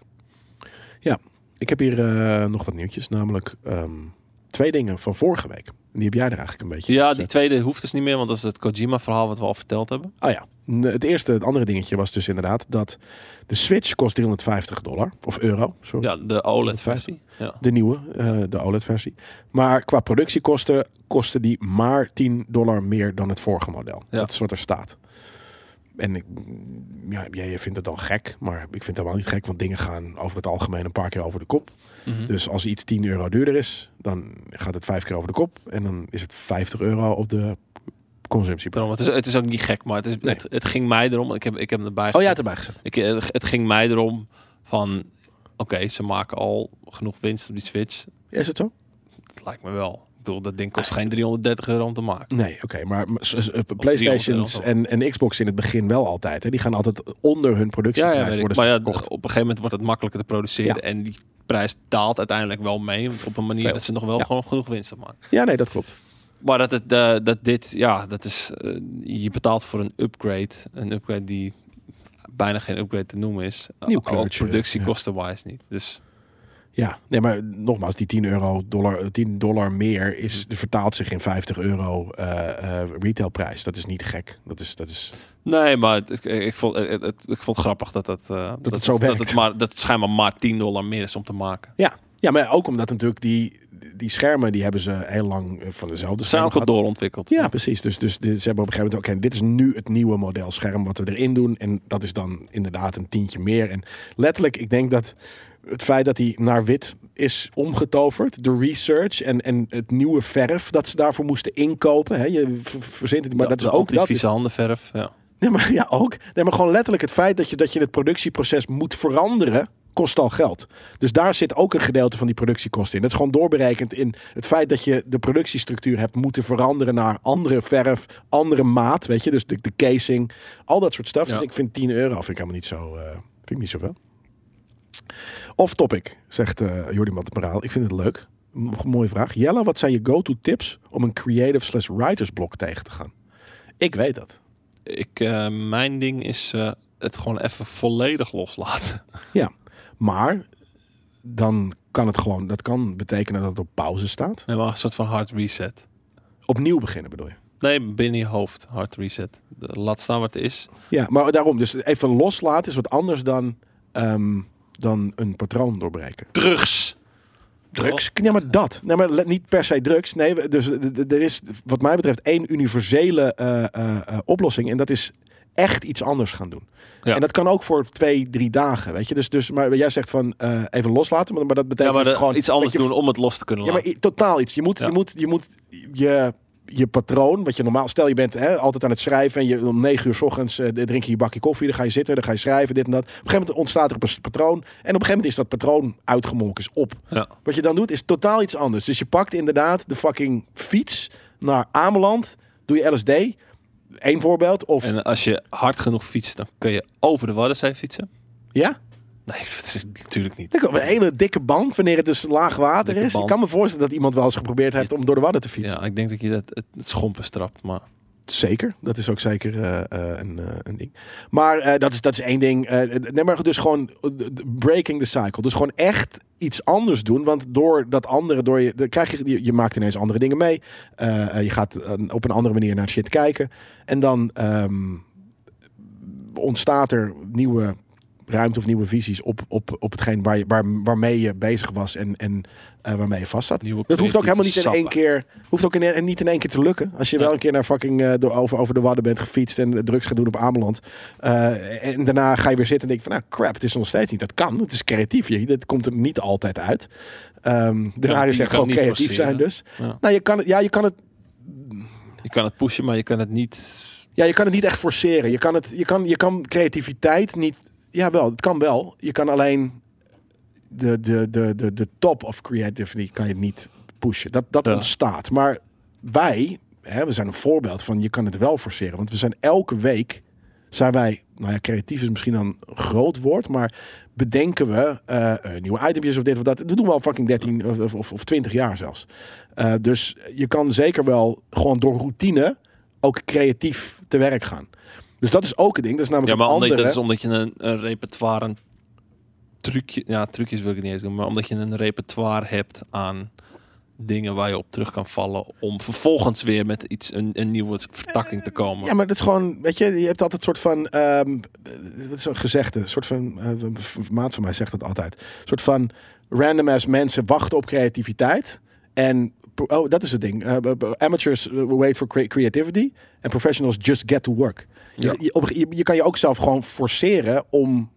Ik heb hier uh, nog wat nieuwtjes, namelijk um, twee dingen van vorige week. En die heb jij er eigenlijk een beetje Ja, in die gezet. tweede hoeft dus niet meer. Want dat is het Kojima-verhaal wat we al verteld hebben. Oh ja, N- het eerste, het andere dingetje was dus inderdaad dat de Switch kost driehonderdvijftig dollar. Of euro, sorry. Ja, de O L E D-versie. Ja. De nieuwe, uh, de O L E D-versie. Maar qua productiekosten kostte die maar tien dollar meer dan het vorige model. Ja. Dat is wat er staat. En ik, ja, jij vindt het dan gek, maar ik vind het helemaal niet gek, want dingen gaan over het algemeen een paar keer over de kop. Mhm. Dus als iets tien euro duurder is, dan gaat het vijf keer over de kop. En dan is het vijftig euro op de consumptie. Daarom, het, is, het is ook niet gek, maar het, is, Nee. het, het ging mij erom. Ik heb, ik heb hem erbij Oh ja, gezet. het erbij gezet. Ik, eh, het ging mij erom van... Oké, ze maken al genoeg winst op die Switch. Is het zo? Het lijkt me wel. Ik bedoel, dat ding kost geen driehonderddertig euro om te maken. Nee, oké, maar m- s- s- uh, PlayStations driehonderd en, en Xbox in het begin wel altijd. Hè? Die gaan altijd onder hun Ja, productieprijs ja, weet ik. worden Maar ze ja, verkocht. op een gegeven moment wordt het makkelijker te produceren. Ja. En die prijs daalt uiteindelijk wel mee. Op een manier Veel. dat ze nog wel Ja. gewoon genoeg winst op maken. Ja, nee, dat klopt. Maar dat, het, eh, dat dit, ja, dat is... eh, je betaalt voor een upgrade. Een upgrade die bijna geen upgrade te noemen is. Nieuw Ook kleurtje, productiekosten-wise niet. Dus Ja, nee, maar nogmaals, die tien euro dollar, eh, tien dollar meer is, vertaalt zich in vijftig euro eh, eh, retailprijs. Dat is niet gek. Dat is, dat is, nee, maar het, ik, ik, vond, het, het- ik vond het grappig dat het, eh, dat, het zo dat werkt. het, maar, dat het schijnbaar maar tien dollar meer is om te maken. ja. ja, maar ook omdat natuurlijk die, die schermen, die hebben ze heel lang eh, van dezelfde Ze zijn ook schermen wel gehad. doorontwikkeld. Ja, precies. Dus, dus dit- ze hebben op een gegeven moment, oké, dit is nu het nieuwe model scherm wat we erin doen. En dat is dan inderdaad een tientje meer. En letterlijk, ik denk dat het feit dat hij naar wit is omgetoverd, de research en, en het nieuwe verf dat ze daarvoor moesten inkopen. Hè, je v- verzint het, maar Ja, dat is de ook dat. anti-vieze handenverf. Ja. Nee, maar ja, ook. Nee, maar gewoon letterlijk het feit dat je, dat je het productieproces moet veranderen, kost al geld. Dus daar zit ook een gedeelte van die productiekosten in. Dat is gewoon doorberekend in het feit dat je de productiestructuur hebt moeten veranderen naar andere verf, andere maat, weet je, dus de, de casing, al dat soort stuff. Ja. Dus ik vind tien euro vind ik helemaal niet zo, uh, vind ik niet zoveel. Off topic, zegt uh, Jordi Mattenberaal. Ik vind het leuk. M- mooie vraag. Jelle, wat zijn je go-to tips om een creative slash writers blok tegen te gaan? Ik weet dat. Ik, uh, mijn ding is uh, het gewoon even volledig loslaten. Ja, maar dan kan het gewoon, dat kan betekenen dat het op pauze staat. Nee, maar een soort van hard reset. Opnieuw beginnen bedoel je? Nee, binnen je hoofd hard reset. De- Laat staan wat het is. Ja, maar daarom, dus even loslaten is wat anders dan, um, dan een patroon doorbreken. Drugs. Drugs? Ja, maar dat. Nee, maar let- niet per se drugs. Nee, we- dus d- d- er is wat mij betreft één universele uh, uh, uh, oplossing. En dat is echt iets anders gaan doen. Ja. En dat kan ook voor twee, drie dagen, weet je. Dus, dus maar jij zegt van uh, even loslaten, maar, maar dat Ja, betekent maar dat de- gewoon iets anders dat je- doen om het los te kunnen Ja, maar laten. i- totaal iets. Je moet, Ja. je moet, je moet je, je patroon, wat je normaal, stel je bent hè, altijd aan het schrijven en je om negen uur 's ochtends uh, drink je je bakje koffie, dan ga je zitten, dan ga je schrijven, dit en dat. Op een gegeven moment ontstaat er een pas- patroon en op een gegeven moment is dat patroon uitgemolken, is op. Ja. Wat je dan doet is totaal iets anders. Dus je pakt inderdaad de fucking fiets naar Ameland, doe je L S D, één voorbeeld, of En als je hard genoeg fietst, dan kun je over de Waddenzee fietsen. ja. Nee, dat is natuurlijk niet. Ik heb een hele dikke band wanneer het dus laag water Dikke is. band. Ik kan me voorstellen dat iemand wel eens geprobeerd heeft om door de wadden te fietsen. Ja, ik denk dat je dat, het, het schompen strapt, maar... Zeker, dat is ook zeker uh, uh, een, uh, een ding. Maar uh, dat, is, dat is één ding. Uh, nee, maar dus gewoon uh, breaking the cycle. Dus gewoon echt iets anders doen. Want door dat andere, door je, dan krijg je, je, je maakt ineens andere dingen mee. Uh, uh, je gaat uh, op een andere manier naar shit kijken. En dan um, ontstaat er nieuwe ruimte of nieuwe visies op, op, op hetgeen waar je, waar, waarmee je bezig was en, en uh, waarmee je vast zat. Nieuwe Dat hoeft ook helemaal niet in creatieve één keer, hoeft ook in, en niet in één keer te lukken. Als je Ja. wel een keer naar fucking uh, door, over, over de Wadden bent gefietst en drugs gaat doen op Ameland. Uh, en daarna ga je weer zitten en denk je van, nou crap, het is nog steeds niet. Dat kan, het is creatief. Je, dat komt er niet altijd uit. Um, daarna je is echt kan gewoon niet creatief forceren. zijn dus. Ja. Nou, je kan het, ja, je kan het Je kan het pushen, maar je kan het niet... Ja, je kan het niet echt forceren. Je kan, het, je kan, je kan creativiteit niet... Ja, wel. Het kan wel. Je kan alleen de, de, de, de, de top of creativity kan je niet pushen. Dat, dat Ja. ontstaat. Maar wij, hè, we zijn een voorbeeld van je kan het wel forceren. Want we zijn elke week, zijn wij... Nou ja, creatief is misschien dan een groot woord, maar bedenken we uh, uh, nieuwe itempjes of dit of dat. Dat doen we al fucking dertien of, of, of twintig jaar zelfs. Uh, dus je kan zeker wel gewoon door routine ook creatief te werk gaan. Dus dat is ook een ding. Dat is namelijk Ja, maar een omdat, andere... dat is omdat je een, een repertoire, een trucje, ja, trucjes wil ik het niet eens doen, maar omdat je een repertoire hebt aan dingen waar je op terug kan vallen om vervolgens weer met iets, een, een nieuwe vertakking te komen. Ja, maar dat is gewoon, weet je, je hebt altijd een soort van, um, wat is een gezegde, een soort van, uh, een maat van mij zegt dat altijd, een soort van random ass mensen wachten op creativiteit en, oh, dat is het ding, uh, amateurs wait for cre- creativity en professionals just get to work. Ja. Je, je, op- je, je kan je ook zelf gewoon forceren om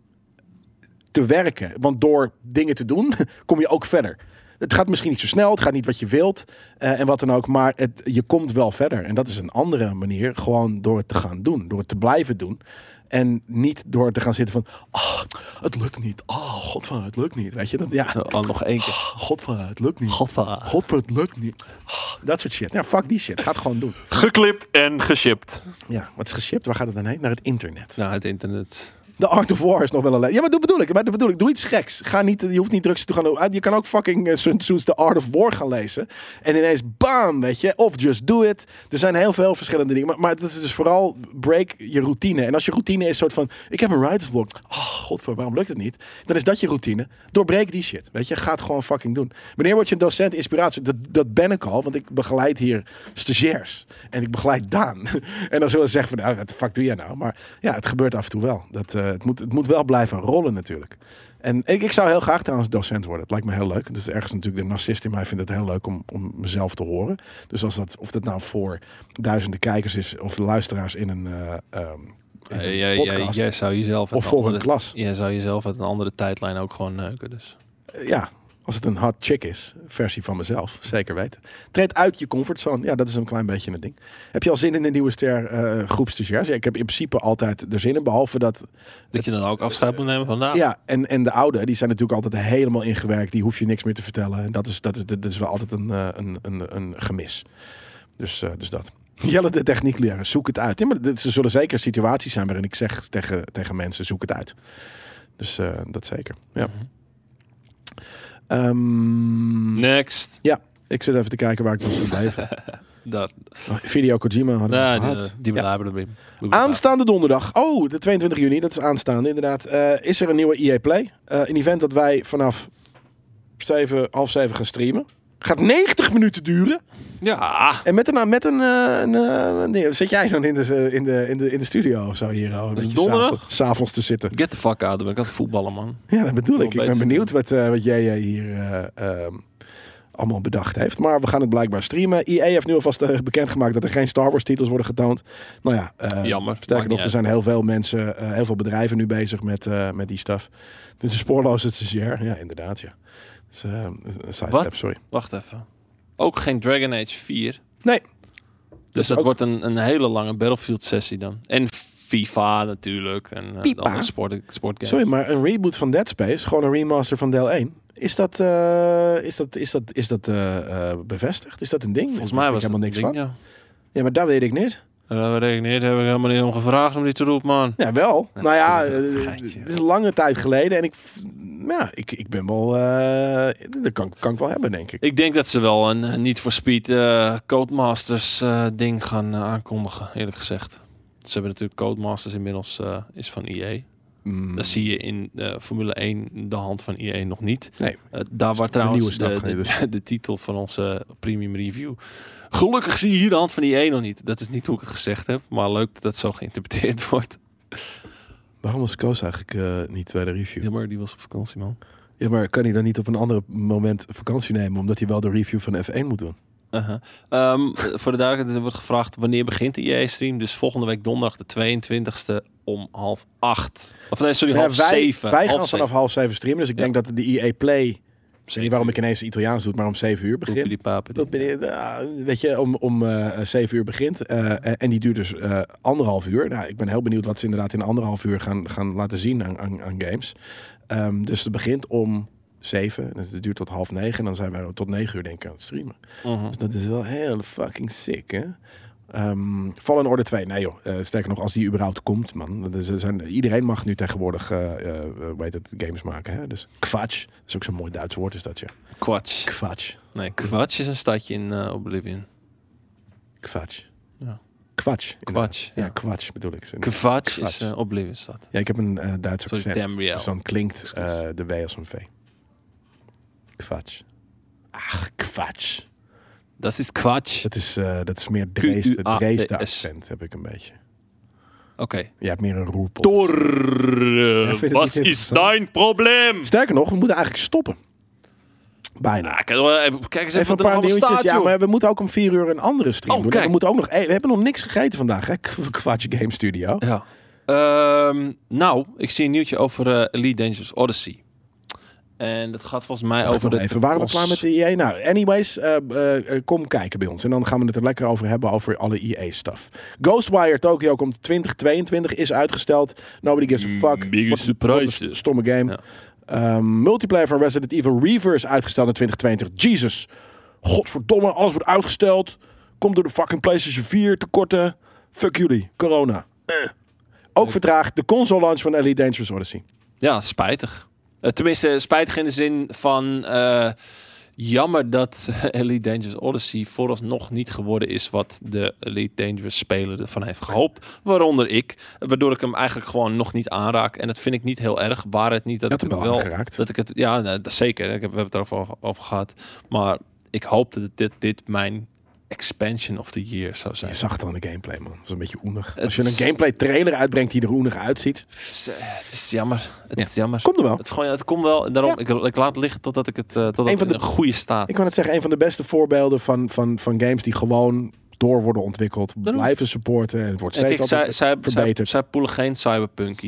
te werken, want door dingen te doen kom je ook verder. Het gaat misschien niet zo snel, het gaat niet wat je wilt uh, en wat dan ook, maar het, je komt wel verder. En dat is een andere manier, gewoon door het te gaan doen, door het te blijven doen. En niet door te gaan zitten van, oh, het lukt niet. Oh, godver, het lukt niet. Weet je dat? Ja. Oh, nog één keer. Oh, godver, het lukt niet. Godver. Godver, het lukt niet. Oh, dat soort shit. Ja, fuck die shit. Ga het gewoon doen. Geklipt en geshipped. Ja, wat is geshipped? Waar gaat het dan heen? Naar het internet. Nou, het internet. De Art of War is nog wel een... le- Ja, maar dat bedoel ik. Maar dat bedoel ik. Doe iets geks. Ga niet, je hoeft niet drugs te gaan doen. Je kan ook fucking uh, Sun Tzu's The Art of War gaan lezen. En ineens bam, weet je. Of Just Do It. Er zijn heel veel verschillende dingen. Maar, maar het is dus vooral break je routine. En als je routine is soort van... Ik heb een writersblok. Oh, godver, waarom lukt het niet? Dan is dat je routine. Doorbreek die shit. Weet je, ga het gewoon fucking doen. Wanneer word je een docent inspiratie? Dat, dat ben ik al. Want ik begeleid hier stagiairs. En ik begeleid Daan. En dan zullen ze zeggen van... Nou, wat de fuck doe jij nou? Maar ja, het gebeurt af en toe wel. Dat... Uh, Het moet, het moet wel blijven rollen natuurlijk. En ik, ik zou heel graag trouwens docent worden. Het lijkt me heel leuk. Het is ergens natuurlijk de narcist in mij vindt het heel leuk om, om mezelf te horen. Dus als dat, of dat nou voor duizenden kijkers is of luisteraars in een, uh, um, in een Uh, jij, podcast. jij, jij zou jezelf uit Of voor een andere- klas. Jij zou jezelf uit een andere tijdlijn ook gewoon neuken. Dus. Uh, ja, Als het een hot chick is, versie van mezelf, zeker weten. Treed uit je comfortzone. Ja, dat is een klein beetje een ding. Heb je al zin in een nieuwe ster uh, groep stagiairs? Ja, ik heb in principe altijd er zin in, behalve dat... Dat je dan ook afscheid moet nemen vandaag. Ja, en, en de oude, die zijn natuurlijk altijd helemaal ingewerkt. Die hoef je niks meer te vertellen. En dat is, dat is, dat is wel altijd een, uh, een, een, een gemis. Dus, uh, dus dat. Jelle, de techniek leren, zoek het uit. Ja, maar er zullen zeker situaties zijn waarin ik zeg tegen, tegen mensen, zoek het uit. Dus uh, dat zeker, ja. Mm-hmm. Um, Next. Ja, ik zit even te kijken waar ik was gebleven. Daar. Oh, Video Kojima hadden we Nee, gehad. die, die Ja. belaberen we. Aanstaande donderdag, oh, de tweeëntwintig juni, dat is aanstaande inderdaad, uh, is er een nieuwe E A Play. Uh, een event dat wij vanaf zeven, half zeven gaan streamen. Gaat negentig minuten duren. Ja. En met een, met een, uh, een, uh, nee, zit jij dan in de, in de, in de, in de studio of zo hier? Oh, een Is het beetje donderdag? s'avonds- S'avonds te zitten. Get the fuck out. Dan ben ik aan het voetballen, man. Ja, dat bedoel ik. Ik ben beter benieuwd wat, uh, wat jij uh, hier uh, um, allemaal bedacht heeft. Maar we gaan het blijkbaar streamen. E A heeft nu alvast uh, bekendgemaakt dat er geen Star Wars titels worden getoond. Nou ja, uh, Jammer. Maakt sterker niet nog, er uit. zijn heel veel mensen, uh, heel veel bedrijven nu bezig met, uh, met die stuff. Dus een spoorloze stagiair. Ja, inderdaad, ja. Dus, uh, een side Wat? step, sorry. Wacht even. Ook geen Dragon Age vier. Nee. Dus dat ook- wordt een, een hele lange Battlefield sessie dan. En FIFA natuurlijk. En uh, de Pipa. andere sport, sportgames. Sorry, maar een reboot van Dead Space, gewoon een remaster van deel één. Is dat, uh, is dat, is dat, is dat uh, uh, bevestigd? Is dat een ding? Volgens Daar mij wist was ik dat helemaal een niks ding, van. ja. Ja, maar dat weet ik niet. Dat weet ik niet. Heb ik helemaal niet om gevraagd om die te roepen, man. Ja, wel. Ja, nou ja, dat is een uh, geintje. het is een lange tijd geleden en ik, ja, ik, ik ben wel, uh, dat kan, kan ik wel hebben, denk ik. Ik denk dat ze wel een uh, Need for Speed uh, Codemasters uh, ding gaan uh, aankondigen, eerlijk gezegd. Ze hebben natuurlijk Codemasters inmiddels uh, is van E A. Mm. Dat zie je in uh, Formule één de hand van E A nog niet. Nee. Uh, daar waar De trouwens nieuwe de, stap ga je de, dus. de titel van onze premium review. Gelukkig zie je hier de hand van E A nog niet. Dat is niet hoe ik het gezegd heb, maar leuk dat het zo geïnterpreteerd wordt. Waarom was Koos eigenlijk uh, niet bij de review? Ja, maar die was op vakantie, man. Ja, maar kan hij dan niet op een ander moment vakantie nemen, omdat hij wel de review van F één moet doen? Uh-huh. Um, voor de duidelijkheid, er wordt gevraagd wanneer begint de E A-stream. Dus volgende week donderdag de tweeëntwintigste om half acht. Of nee, sorry, Ja, half wij, zeven. wij half gaan vanaf zeven. half zeven streamen, dus ik Ja. denk dat de E A Play, ik weet Zeven niet waarom uur. ik ineens Italiaans doe, maar om zeven uur begint. Poepie die papen. Dat ben je, nou, weet je, om, om uh, zeven uur begint. Uh, en die duurt dus uh, anderhalf uur. Nou, ik ben heel benieuwd wat ze inderdaad in anderhalf uur gaan, gaan laten zien aan, aan, aan games. Um, dus het begint om zeven. Dus het duurt tot half negen. En dan zijn wij tot negen uur denk ik aan het streamen. Mhm. Dus dat is wel heel fucking sick, hè? Um, Fallen Order twee, nee joh. Uh, sterker nog, als die überhaupt komt, man. Dat is, er zijn, iedereen mag nu tegenwoordig, uh, uh, hoe heet het, games maken, hè? Dus kwatsch. Dat is ook zo'n mooi Duits woord, is dat, ja. Kwatsch. Kwatsch. Nee, Kwatsch is een stadje in uh, Oblivion. Kwatsch. Ja. Kwatsch. inderdaad. Kwatsch. Ja, Ja. kwatsch bedoel ik. Kwatsch Kwatsch. is uh, Oblivion stad. Ja, ik heb een uh, Duits Sorry, accent. Tamriel. Dus dan klinkt uh, de W als een V. Kwatsch. Ach, kwatsch. Dat is Kwatsch. Dat is, uh, dat is meer Dresden, Q U A T S. Dresden accent, heb ik een beetje. Oké. Okay. Je hebt meer een roerpot. Tor, Ja, vind je het wat niet is interessant? dein probleem? Sterker nog, we moeten eigenlijk stoppen. Bijna. Nou, kijk, wel even- kijk eens even, Even een wat er paar nog nieuwtjes. staat, Ja, joh. maar we moeten ook om vier uur een andere stream Oh, doen. kijk. We moeten ook nog. Hey, we hebben nog niks gegeten vandaag, hè? Kwatsch Game Studio. Ja. Ehm, nou, ik zie een nieuwtje over uh, Elite Dangerous Odyssey. En dat gaat volgens mij Wacht over nog de... even. Waren we ons- klaar met de E A? Nou, anyways, uh, uh, uh, kom kijken bij ons. En dan gaan we het er lekker over hebben, over alle E A-stuff. Ghostwire Tokyo komt twintig tweeëntwintig, is uitgesteld. Nobody gives a fuck. Big Wat- surprise. wat een stomme game. Um, multiplayer van Resident Evil Reverse uitgesteld in twintig tweeëntwintig. Jesus. Godverdomme, alles wordt uitgesteld. Komt door de fucking PlayStation vier tekorten. Fuck jullie, corona. Eh. Ook vertraagd de console launch van Elite Dangerous Odyssey. Ja, spijtig. Uh, tenminste, spijtig in de zin van... Uh, jammer dat Elite Dangerous Odyssey vooralsnog niet geworden is wat de Elite Dangerous speler ervan heeft gehoopt. Waaronder ik. Waardoor ik hem eigenlijk gewoon nog niet aanraak. En dat vind ik niet heel erg. Waar het niet dat Je ik had het hem wel wel... aangeraakt. Dat ik het, ja, nee, dat zeker. Ik heb, we hebben het erover over gehad. Maar ik hoopte dat dit, dit mijn expansion of the year zou zijn. Je zag het aan de gameplay, man. Dat is een beetje oenig. Het Als je een is- gameplay trailer uitbrengt die er oenig uitziet. Het is, uh, het is jammer. Het Ja. is jammer. Komt er wel. Het, is gewoon, ja, het komt wel. En daarom, Ja. ik, ik laat het liggen totdat ik het uh, totdat Een van het in de- een goede staat. Ik kan het zeggen, een van de beste voorbeelden van, van, van games die gewoon door worden ontwikkeld. Daarom. Blijven supporten en het wordt En steeds kijk, zij, altijd zij, zij, verbeterd. zij poelen geen cyberpunky.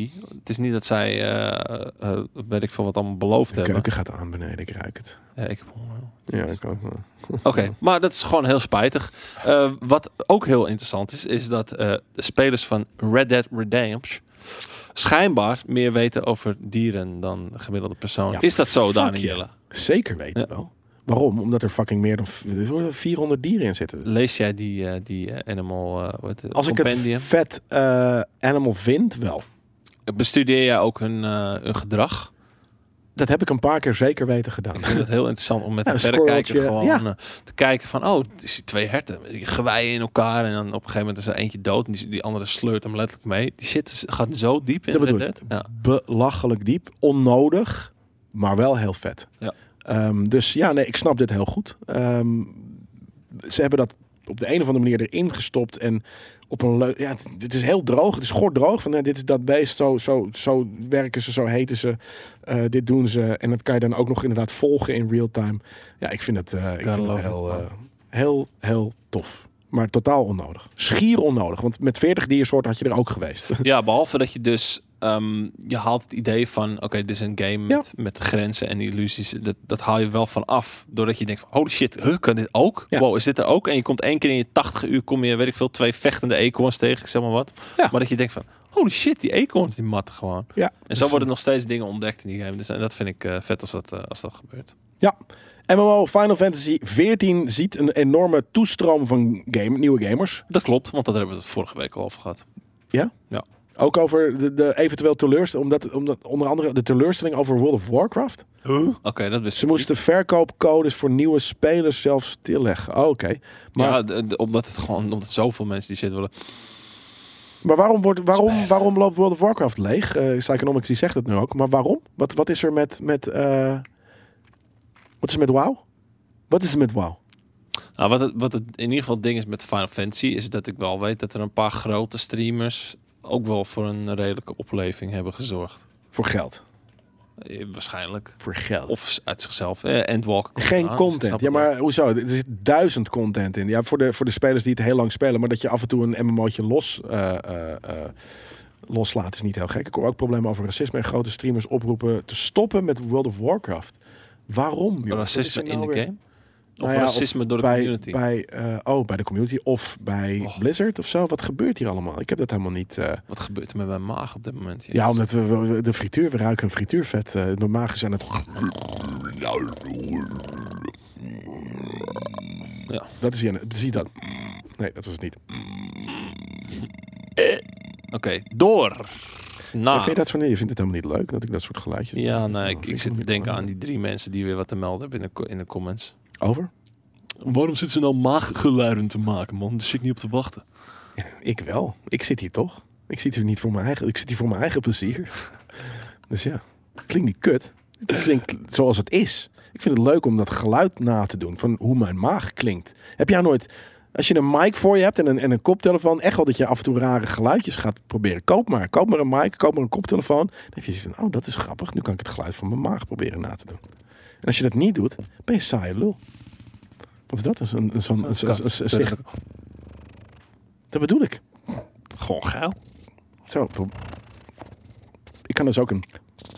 het is niet dat zij, uh, uh, weet ik veel wat allemaal beloofd De hebben. keuken gaat aan beneden, ik ruik het. Ja, ik heb honger. Ja, ik ook wel. Oké, okay, maar dat is gewoon heel spijtig. Uh, wat ook heel interessant is, is dat uh, de spelers van Red Dead Redemption schijnbaar meer weten over dieren dan de gemiddelde persoon. Ja, is dat zo, fuck Danielle? yeah. Zeker weten Ja. wel. Waarom? Omdat er fucking meer dan vierhonderd dieren in zitten. Lees jij die, uh, die uh, animal uh, wat, uh, Als ik compendium? het vet uh, animal vind, wel. Bestudeer jij ook hun, uh, hun gedrag? Dat heb ik een paar keer zeker weten gedaan. Ik vind het heel interessant om met Ja, een een verrekijker squirreltje, gewoon ja. uh, te kijken van, oh, het is twee herten, die geweien in elkaar en dan op een gegeven moment is er eentje dood en die, die andere sleurt hem letterlijk mee. Die zit, gaat zo diep in Dat Red bedoel ik. Dead. Ja. Belachelijk diep, onnodig, maar wel heel vet. Ja. Um, dus ja, nee, ik snap dit heel goed. Um, ze hebben dat op de een of andere manier erin gestopt en op een leuk, ja, het, het is heel droog, het is gordroog. Van, nou, dit is dat beest, zo, zo, zo werken ze, zo heten ze, uh, dit doen ze en dat kan je dan ook nog inderdaad volgen in real time. Ja, ik vind het, uh, ik vind het heel, uh, heel, heel tof. Maar totaal onnodig. Schier onnodig. Want met veertig diersoorten had je er ook geweest. Ja, behalve dat je dus... Um, je haalt het idee van... Oké, okay, dit is een game met, Ja. met grenzen en illusies. Dat, dat haal je wel van af. Doordat je denkt van... Holy shit, huh, kan dit ook? Ja. Wow, is dit er ook? En je komt één keer in je tachtig uur... Kom je, weet ik veel, twee vechtende eekhoorns tegen. Ik zeg maar wat. Ja. Maar dat je denkt van... Holy shit, die eekhoorns die matten gewoon. Ja. En zo worden nog steeds dingen ontdekt in die game. Dus en dat vind ik uh, vet als dat, uh, als dat gebeurt. Ja. M M O Final Fantasy veertien ziet een enorme toestroom van game, nieuwe gamers. Dat klopt, want dat hebben we het vorige week al over gehad. Ja? Ja. Ook over de, de eventueel teleurstelling, omdat, omdat onder andere de teleurstelling over World of Warcraft. Huh? Oké, okay, dat wist Ze ik moesten verkoopcodes voor nieuwe spelers zelf stilleggen. Oh, oké. niet. Maar, Ja, de, de, omdat het gewoon... Omdat zoveel mensen die shit willen... maar waarom, wordt, waarom, Spelen. waarom loopt World of Warcraft leeg? Uh, Psychonomics die zegt het nu ook. Maar waarom? Wat, wat is er met... met uh, wat is er met WoW? Wat is er met WoW? Nou, wat, het, wat het in ieder geval het ding is met Final Fantasy... is dat ik wel weet dat er een paar grote streamers... ook wel voor een redelijke opleving hebben gezorgd. Voor geld. Eh, waarschijnlijk. Voor geld. Of uit zichzelf. Eh, Endwalker. komt Geen eraan, dus ik content. snap Ja, het wel. maar hoezo? Er zit duizend content in. Ja, voor de, voor de spelers die het heel lang spelen. Maar dat je af en toe een M M O'tje los, uh, uh, uh, loslaat is niet heel gek. Ik hoor ook problemen over racisme. En grote streamers oproepen te stoppen met World of Warcraft. Waarom? joh? Wat is Racisme er in nou de weer? game? Of Nou ja, racisme door de bij, community? Bij, uh, oh, bij de community. Of bij Oh. Blizzard of zo. Wat gebeurt hier allemaal? Ik heb dat helemaal niet... Uh... Wat gebeurt er met mijn maag op dit moment? Ja, omdat we, we de frituur, we ruiken een frituurvet. Uh, mijn maag is aan het... Ja. Dat is hier. Zie je dat? Nee, dat was het niet. Oké, okay, door. Nou. Ja, vind je dat zo? Nee, je vindt het helemaal niet leuk dat ik dat soort geluidjes... Ja, dat nee, is ik, wel- ik vind zit te niet denken leuk. aan die drie mensen die weer wat te melden hebben in de, co- in de comments. Over? Waarom zitten ze nou maaggeluiden te maken, man? Daar zit ik niet op te wachten. Ja, ik wel. Ik zit hier toch? Ik zit hier niet voor mijn eigen... Ik zit hier voor mijn eigen plezier. Dus ja, het klinkt niet kut. Het klinkt zoals het is. Ik vind het leuk om dat geluid na te doen van hoe mijn maag klinkt. Heb jij nooit... Als je een mic voor je hebt en een, en een koptelefoon, echt wel dat je af en toe rare geluidjes gaat proberen. Koop maar. Koop maar een mic, koop maar een koptelefoon. Dan heb je zoiets van, oh, dat is grappig. Nu kan ik het geluid van mijn maag proberen na te doen. En als je dat niet doet, ben je een saaie lul. Wat is dat? Een, een, een, zo'n- een, een, een, een, zich- Dat bedoel ik. Gewoon geil. Zo. pro- Ik kan dus ook een...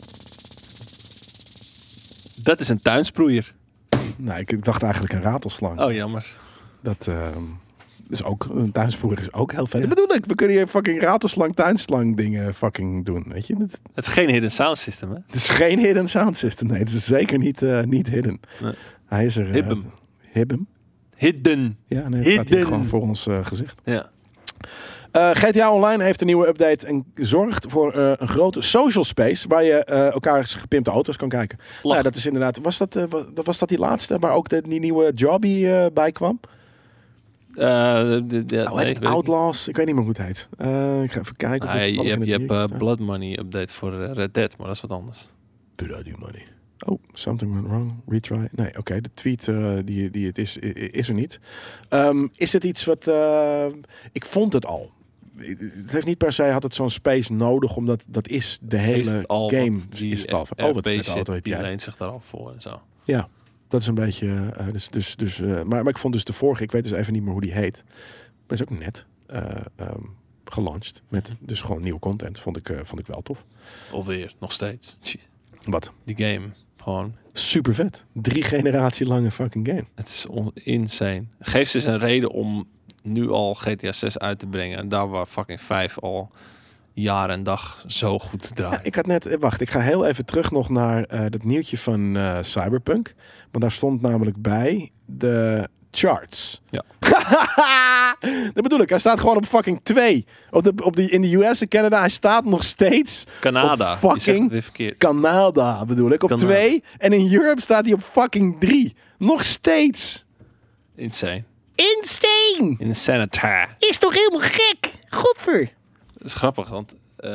Dat is een tuinsproeier. Nou, ik, ik dacht eigenlijk een ratelslang. Oh, jammer. Dat ehm, is ook... Een tuinspoor is ook heel vet. Dat bedoel ik. We kunnen hier fucking ratelslang, tuinslang dingen fucking doen. Weet je? Het, Het is geen hidden sound system, hè? het is geen hidden sound system. Nee, het is zeker niet, eh, niet hidden. Nee. Hij is er... eh, Hidden. Hidden? Hidden. Ja, nee, het staat hier Hidden. gewoon voor ons eh, gezicht. Ja. Eh, G T A Online heeft een nieuwe update en zorgt voor eh, een grote social space waar je eh elkaars gepimpte auto's kan kijken. Nou, ja, dat is inderdaad. Was dat, eh, wa- was dat die laatste waar ook de, die nieuwe Jobby eh, bij kwam? Uh, de, de, de, Oh, nee, heet weet het ik Outlaws? Ik weet niet meer hoe het heet. Eh, ik ga even kijken. niet. Of Ah, het je hebt, in je het hebt biertje uh, staat. Blood Money update voor uh, Red Dead, maar dat is wat anders. Bloody money. Oh, something went wrong. Retry. Nee, oké. de tweet uh, die, die het is, i- is er niet. Um, is het iets wat... Uh, ik vond het al. Het heeft niet per se had het zo'n space nodig, omdat dat is de hele Heeft al game wat die is het al. R Oh, wat P een vette shit, auto heb die jij. leent zich daar al voor en zo. Ja, dat is een beetje... Uh, dus, dus, dus, uh, maar, maar ik vond dus de vorige, ik weet dus even niet meer hoe die heet. Maar is ook net. Uh, um, gelaunched. Met dus gewoon nieuwe content. Vond ik, uh, vond ik wel tof. Alweer, nog steeds. Jeez. Wat? Die game, gewoon. Super vet. Drie generatie lange fucking game. Het is on- insane. Geef ze eens een reden om nu al G T A zes uit te brengen. En daar waar fucking vijf al jaar en dag zo goed draait. Ja, ik had net... Wacht, ik ga heel even terug nog naar uh, dat nieuwtje van uh, Cyberpunk. Want daar stond namelijk bij de charts. Ja. Dat bedoel ik. Hij staat gewoon op fucking twee. Op de, op die, in de U S en Canada. Hij staat nog steeds Canada. op fucking Je zegt het weer verkeerd. Canada bedoel ik. Op Canada. twee. En in Europe staat hij op fucking drie. Nog steeds. Insane. Insane! In de Senator. Is toch helemaal gek? Godver. Dat is grappig, want uh,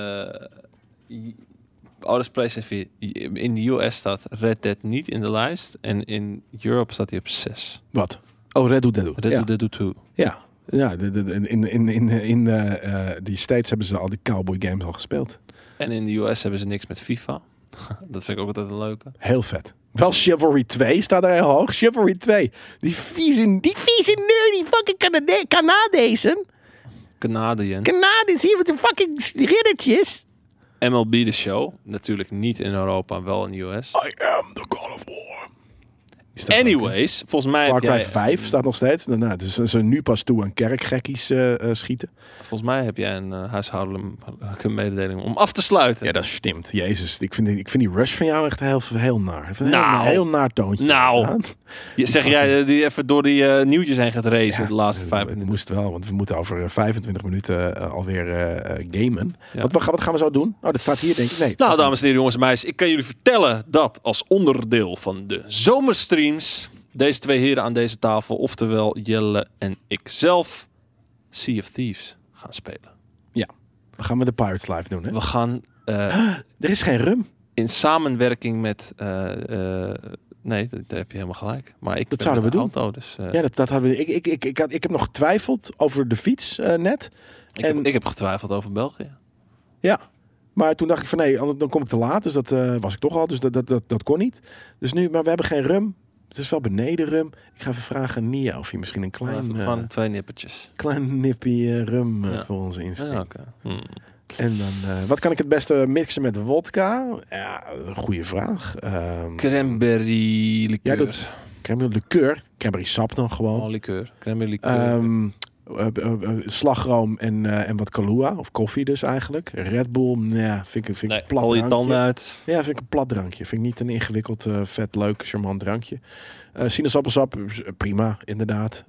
Oude PlayStation vier, in de U S staat Red Dead niet in de lijst. En in Europe staat hij op zes. Wat? Oh, Red Dead Dead. Red Ja. Dead Dead twee. Ja, ja de, de, de- in, in, in, in uh, uh, die States hebben ze al die cowboy games al gespeeld. En in de U S hebben ze niks met FIFA. Dat vind ik ook altijd een leuke. Heel vet. Wel Chivalry twee staat er heel hoog. Chivalry twee. Die vieze, die vieze nerdy fucking Canade- Canadezen. Canadian. Canadezen hier met de fucking riddertjes. M L B The Show. Natuurlijk niet in Europa, wel in de U S. I am the God of War. Die staat ook, hè? Anyways, volgens mij Far heb Cry jij... vijf staat nog steeds. Nou, nou, dus ze zijn nu pas toe aan kerkgekkies uh, uh, schieten. Volgens mij heb jij een uh, huishoudelijke mededeling om af te sluiten. Ja, dat stimmt. Jezus, ik vind, die- ik vind die rush van jou echt heel, heel naar. Een Nou. heel, heel naar toontje. Nou. Ja. Je, zeg jij uh, die even door die uh, nieuwtjes heen gaat racen Ja, de laatste het- vijf het minuten? moest wel, want we moeten over uh, vijfentwintig minuten uh, alweer uh, uh, gamen. Ja. Wat, wat, gaan- wat gaan we zo doen? Oh, dat staat hier denk ik. Nee, het Nou, staat dames en heren, jongens en meisjes, ik kan jullie vertellen dat als onderdeel van de zomerstreams deze twee heren aan deze tafel, oftewel Jelle en ikzelf, Sea of Thieves gaan spelen. hier. Dan gaan we de Pirates Live doen, hè? We gaan uh, Er is geen rum. in samenwerking met... uh, uh, nee, dat- daar heb je helemaal gelijk. Maar ik Dat ben zouden met we de doen. auto, dus uh, Ja, dat, dat hadden we. Ik, ik, ik, ik, had, ik heb nog getwijfeld over de fiets uh, net. ik, en- heb, ik heb getwijfeld over België. Ja. Maar toen dacht ik van nee, anders- dan kom ik te laat. Dus dat uh, was ik toch al. Dus dat, dat, dat, dat kon niet. Dus nu, maar we hebben geen rum. Het is wel beneden rum. Ik ga even vragen aan Nia of je misschien een klein, Even uh, gewoon twee nippertjes. klein nippie uh, rum uh, Ja. voor ons inschenkt. Ja, oké. Hmm. En dan, uh, wat kan ik het beste mixen met wodka? Ja, een goede vraag. Um, Cranberry Jij liqueur. doet cranberry liqueur. Cranberry sap dan gewoon. Oh, liqueur. Cranberry liqueur. Um, uh, uh, uh, slagroom en, uh, en wat Kahlua. Of koffie dus eigenlijk. Red Bull, nee, vind ik, vind ik nee, een plat al je drankje. tanden uit. Ja, vind ik een plat drankje. Vind ik niet een ingewikkeld, uh, vet, leuk, charmant drankje. Uh, sinaasappelsap, uh, prima, inderdaad.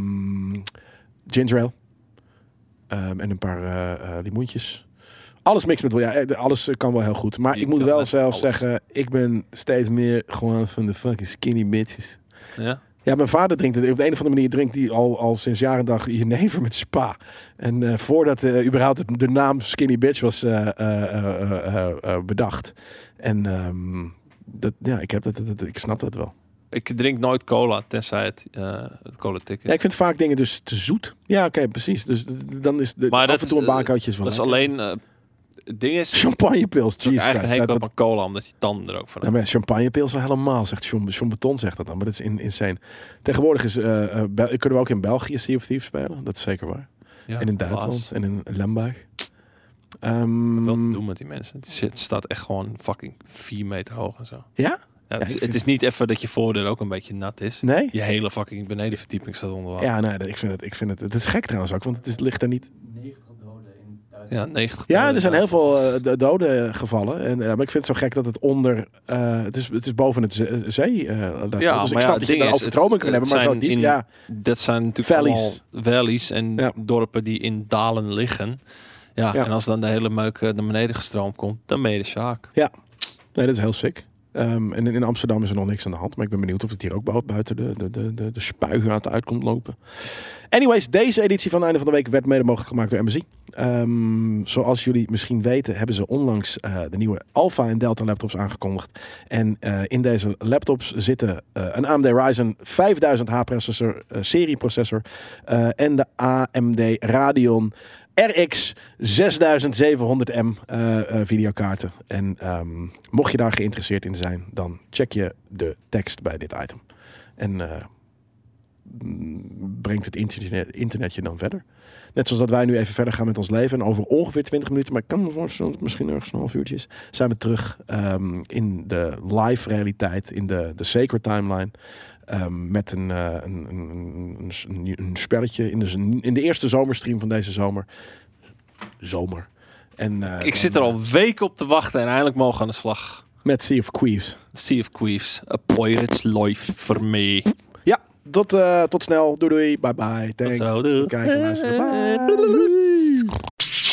Um, ginger ale. Um, en een paar uh, uh, limoentjes. Alles mix met wel, ja, eh, alles kan wel heel goed. Maar Je ik moet kan wel met zelf alles. zeggen, ik ben steeds meer gewoon van de fucking skinny bitches. Ja. Ja, mijn vader drinkt het. Op de een of andere manier drinkt hij al, al sinds jaar en dag jenever met spa. En uh, voordat uh, überhaupt het, de naam Skinny Bitch was uh, uh, uh, uh, uh, bedacht. En um, dat, ja, ik, heb dat, dat, dat, ik snap dat wel. Ik drink nooit cola, tenzij het, uh, het cola ticket. Ja, ik vind vaak dingen dus te zoet. Ja, oké, okay, precies. Dus d- d- dan is de, Maar af dat en toe een is, uh, baakhoutje wel dat is lekker. alleen... Uh, het ding is... Champagnepils, Ik heb jeez. eigenlijk Christ. hekel Dat- op een cola, omdat die tanden er ook van Ja, hebben. maar champagnepils al helemaal, zegt John, John Beton zegt dat dan. Maar dat is in, insane. Tegenwoordig is, uh, uh, Bel- kunnen we ook in België Sea of Thieves spelen. Dat is zeker waar. Ja, en in helaas. Duitsland en in Lemberg. Um, Wel te doen met die mensen. Het, is- het staat echt gewoon fucking vier meter hoog en zo. Ja? Ja, het, is, ik het vind- is niet even dat je voordeur ook een beetje nat is. Nee? Je hele fucking benedenverdieping staat onder water. Ja, nee, ik vind het, ik vind het, het is gek trouwens ook, want het is, ligt er niet. negentig doden in Ja, Duitsland. negentig. Ja, er zijn heel veel Duitsland. uh, doden gevallen. En, uh, maar ik vind het zo gek dat het onder, uh, het, is, het is boven het ze- zee. Uh, Ja, dus maar ik ja, snap het dat je ding daar is, overstroming kan het- hebben, maar het zo zijn diep, in- ja. Dat zijn natuurlijk Valleys. allemaal valleys en Ja. dorpen die in dalen liggen. Ja, Ja. en als dan de hele meuk uh, naar beneden gestroomd komt, dan ben je de Sjaak. Nee, dat is heel sick. Um, en in, in Amsterdam is er nog niks aan de hand. Maar ik ben benieuwd of het hier ook bu- buiten de, de, de, de, de spuigaten uit komt lopen. Anyways, deze editie van het einde van de week werd mede mogelijk gemaakt door M S I. Um, zoals jullie misschien weten hebben ze onlangs uh, de nieuwe Alpha en Delta laptops aangekondigd. En uh, in deze laptops zitten uh, een A M D Ryzen vijfduizend H processor, uh, serieprocessor. Uh, en de A M D Radeon R X zesduizendzevenhonderd M uh, uh, videokaarten. En um, mocht je daar geïnteresseerd in zijn, dan check je de tekst bij dit item. En uh, mm, brengt het internet, internet je dan verder. Net zoals dat wij nu even verder gaan met ons leven. En over ongeveer twintig minuten, maar ik kan me voorstellen dat het misschien ergens een half uurtje is, zijn we terug um, in de live realiteit, in de, de sacred timeline. Um, met een, uh, een, een, een, een spelletje in de, in de eerste zomerstream van deze zomer. Zomer. En, uh, Ik zit er al weken op te wachten en eindelijk mogen we aan de slag. met Sea of Queefs. Sea of Queefs, a pirate's life for me. Ja, tot, uh, tot snel. Doei doei. Bye bye. Thanks. Tot zo, doei. Kijk en luisteren. Bye.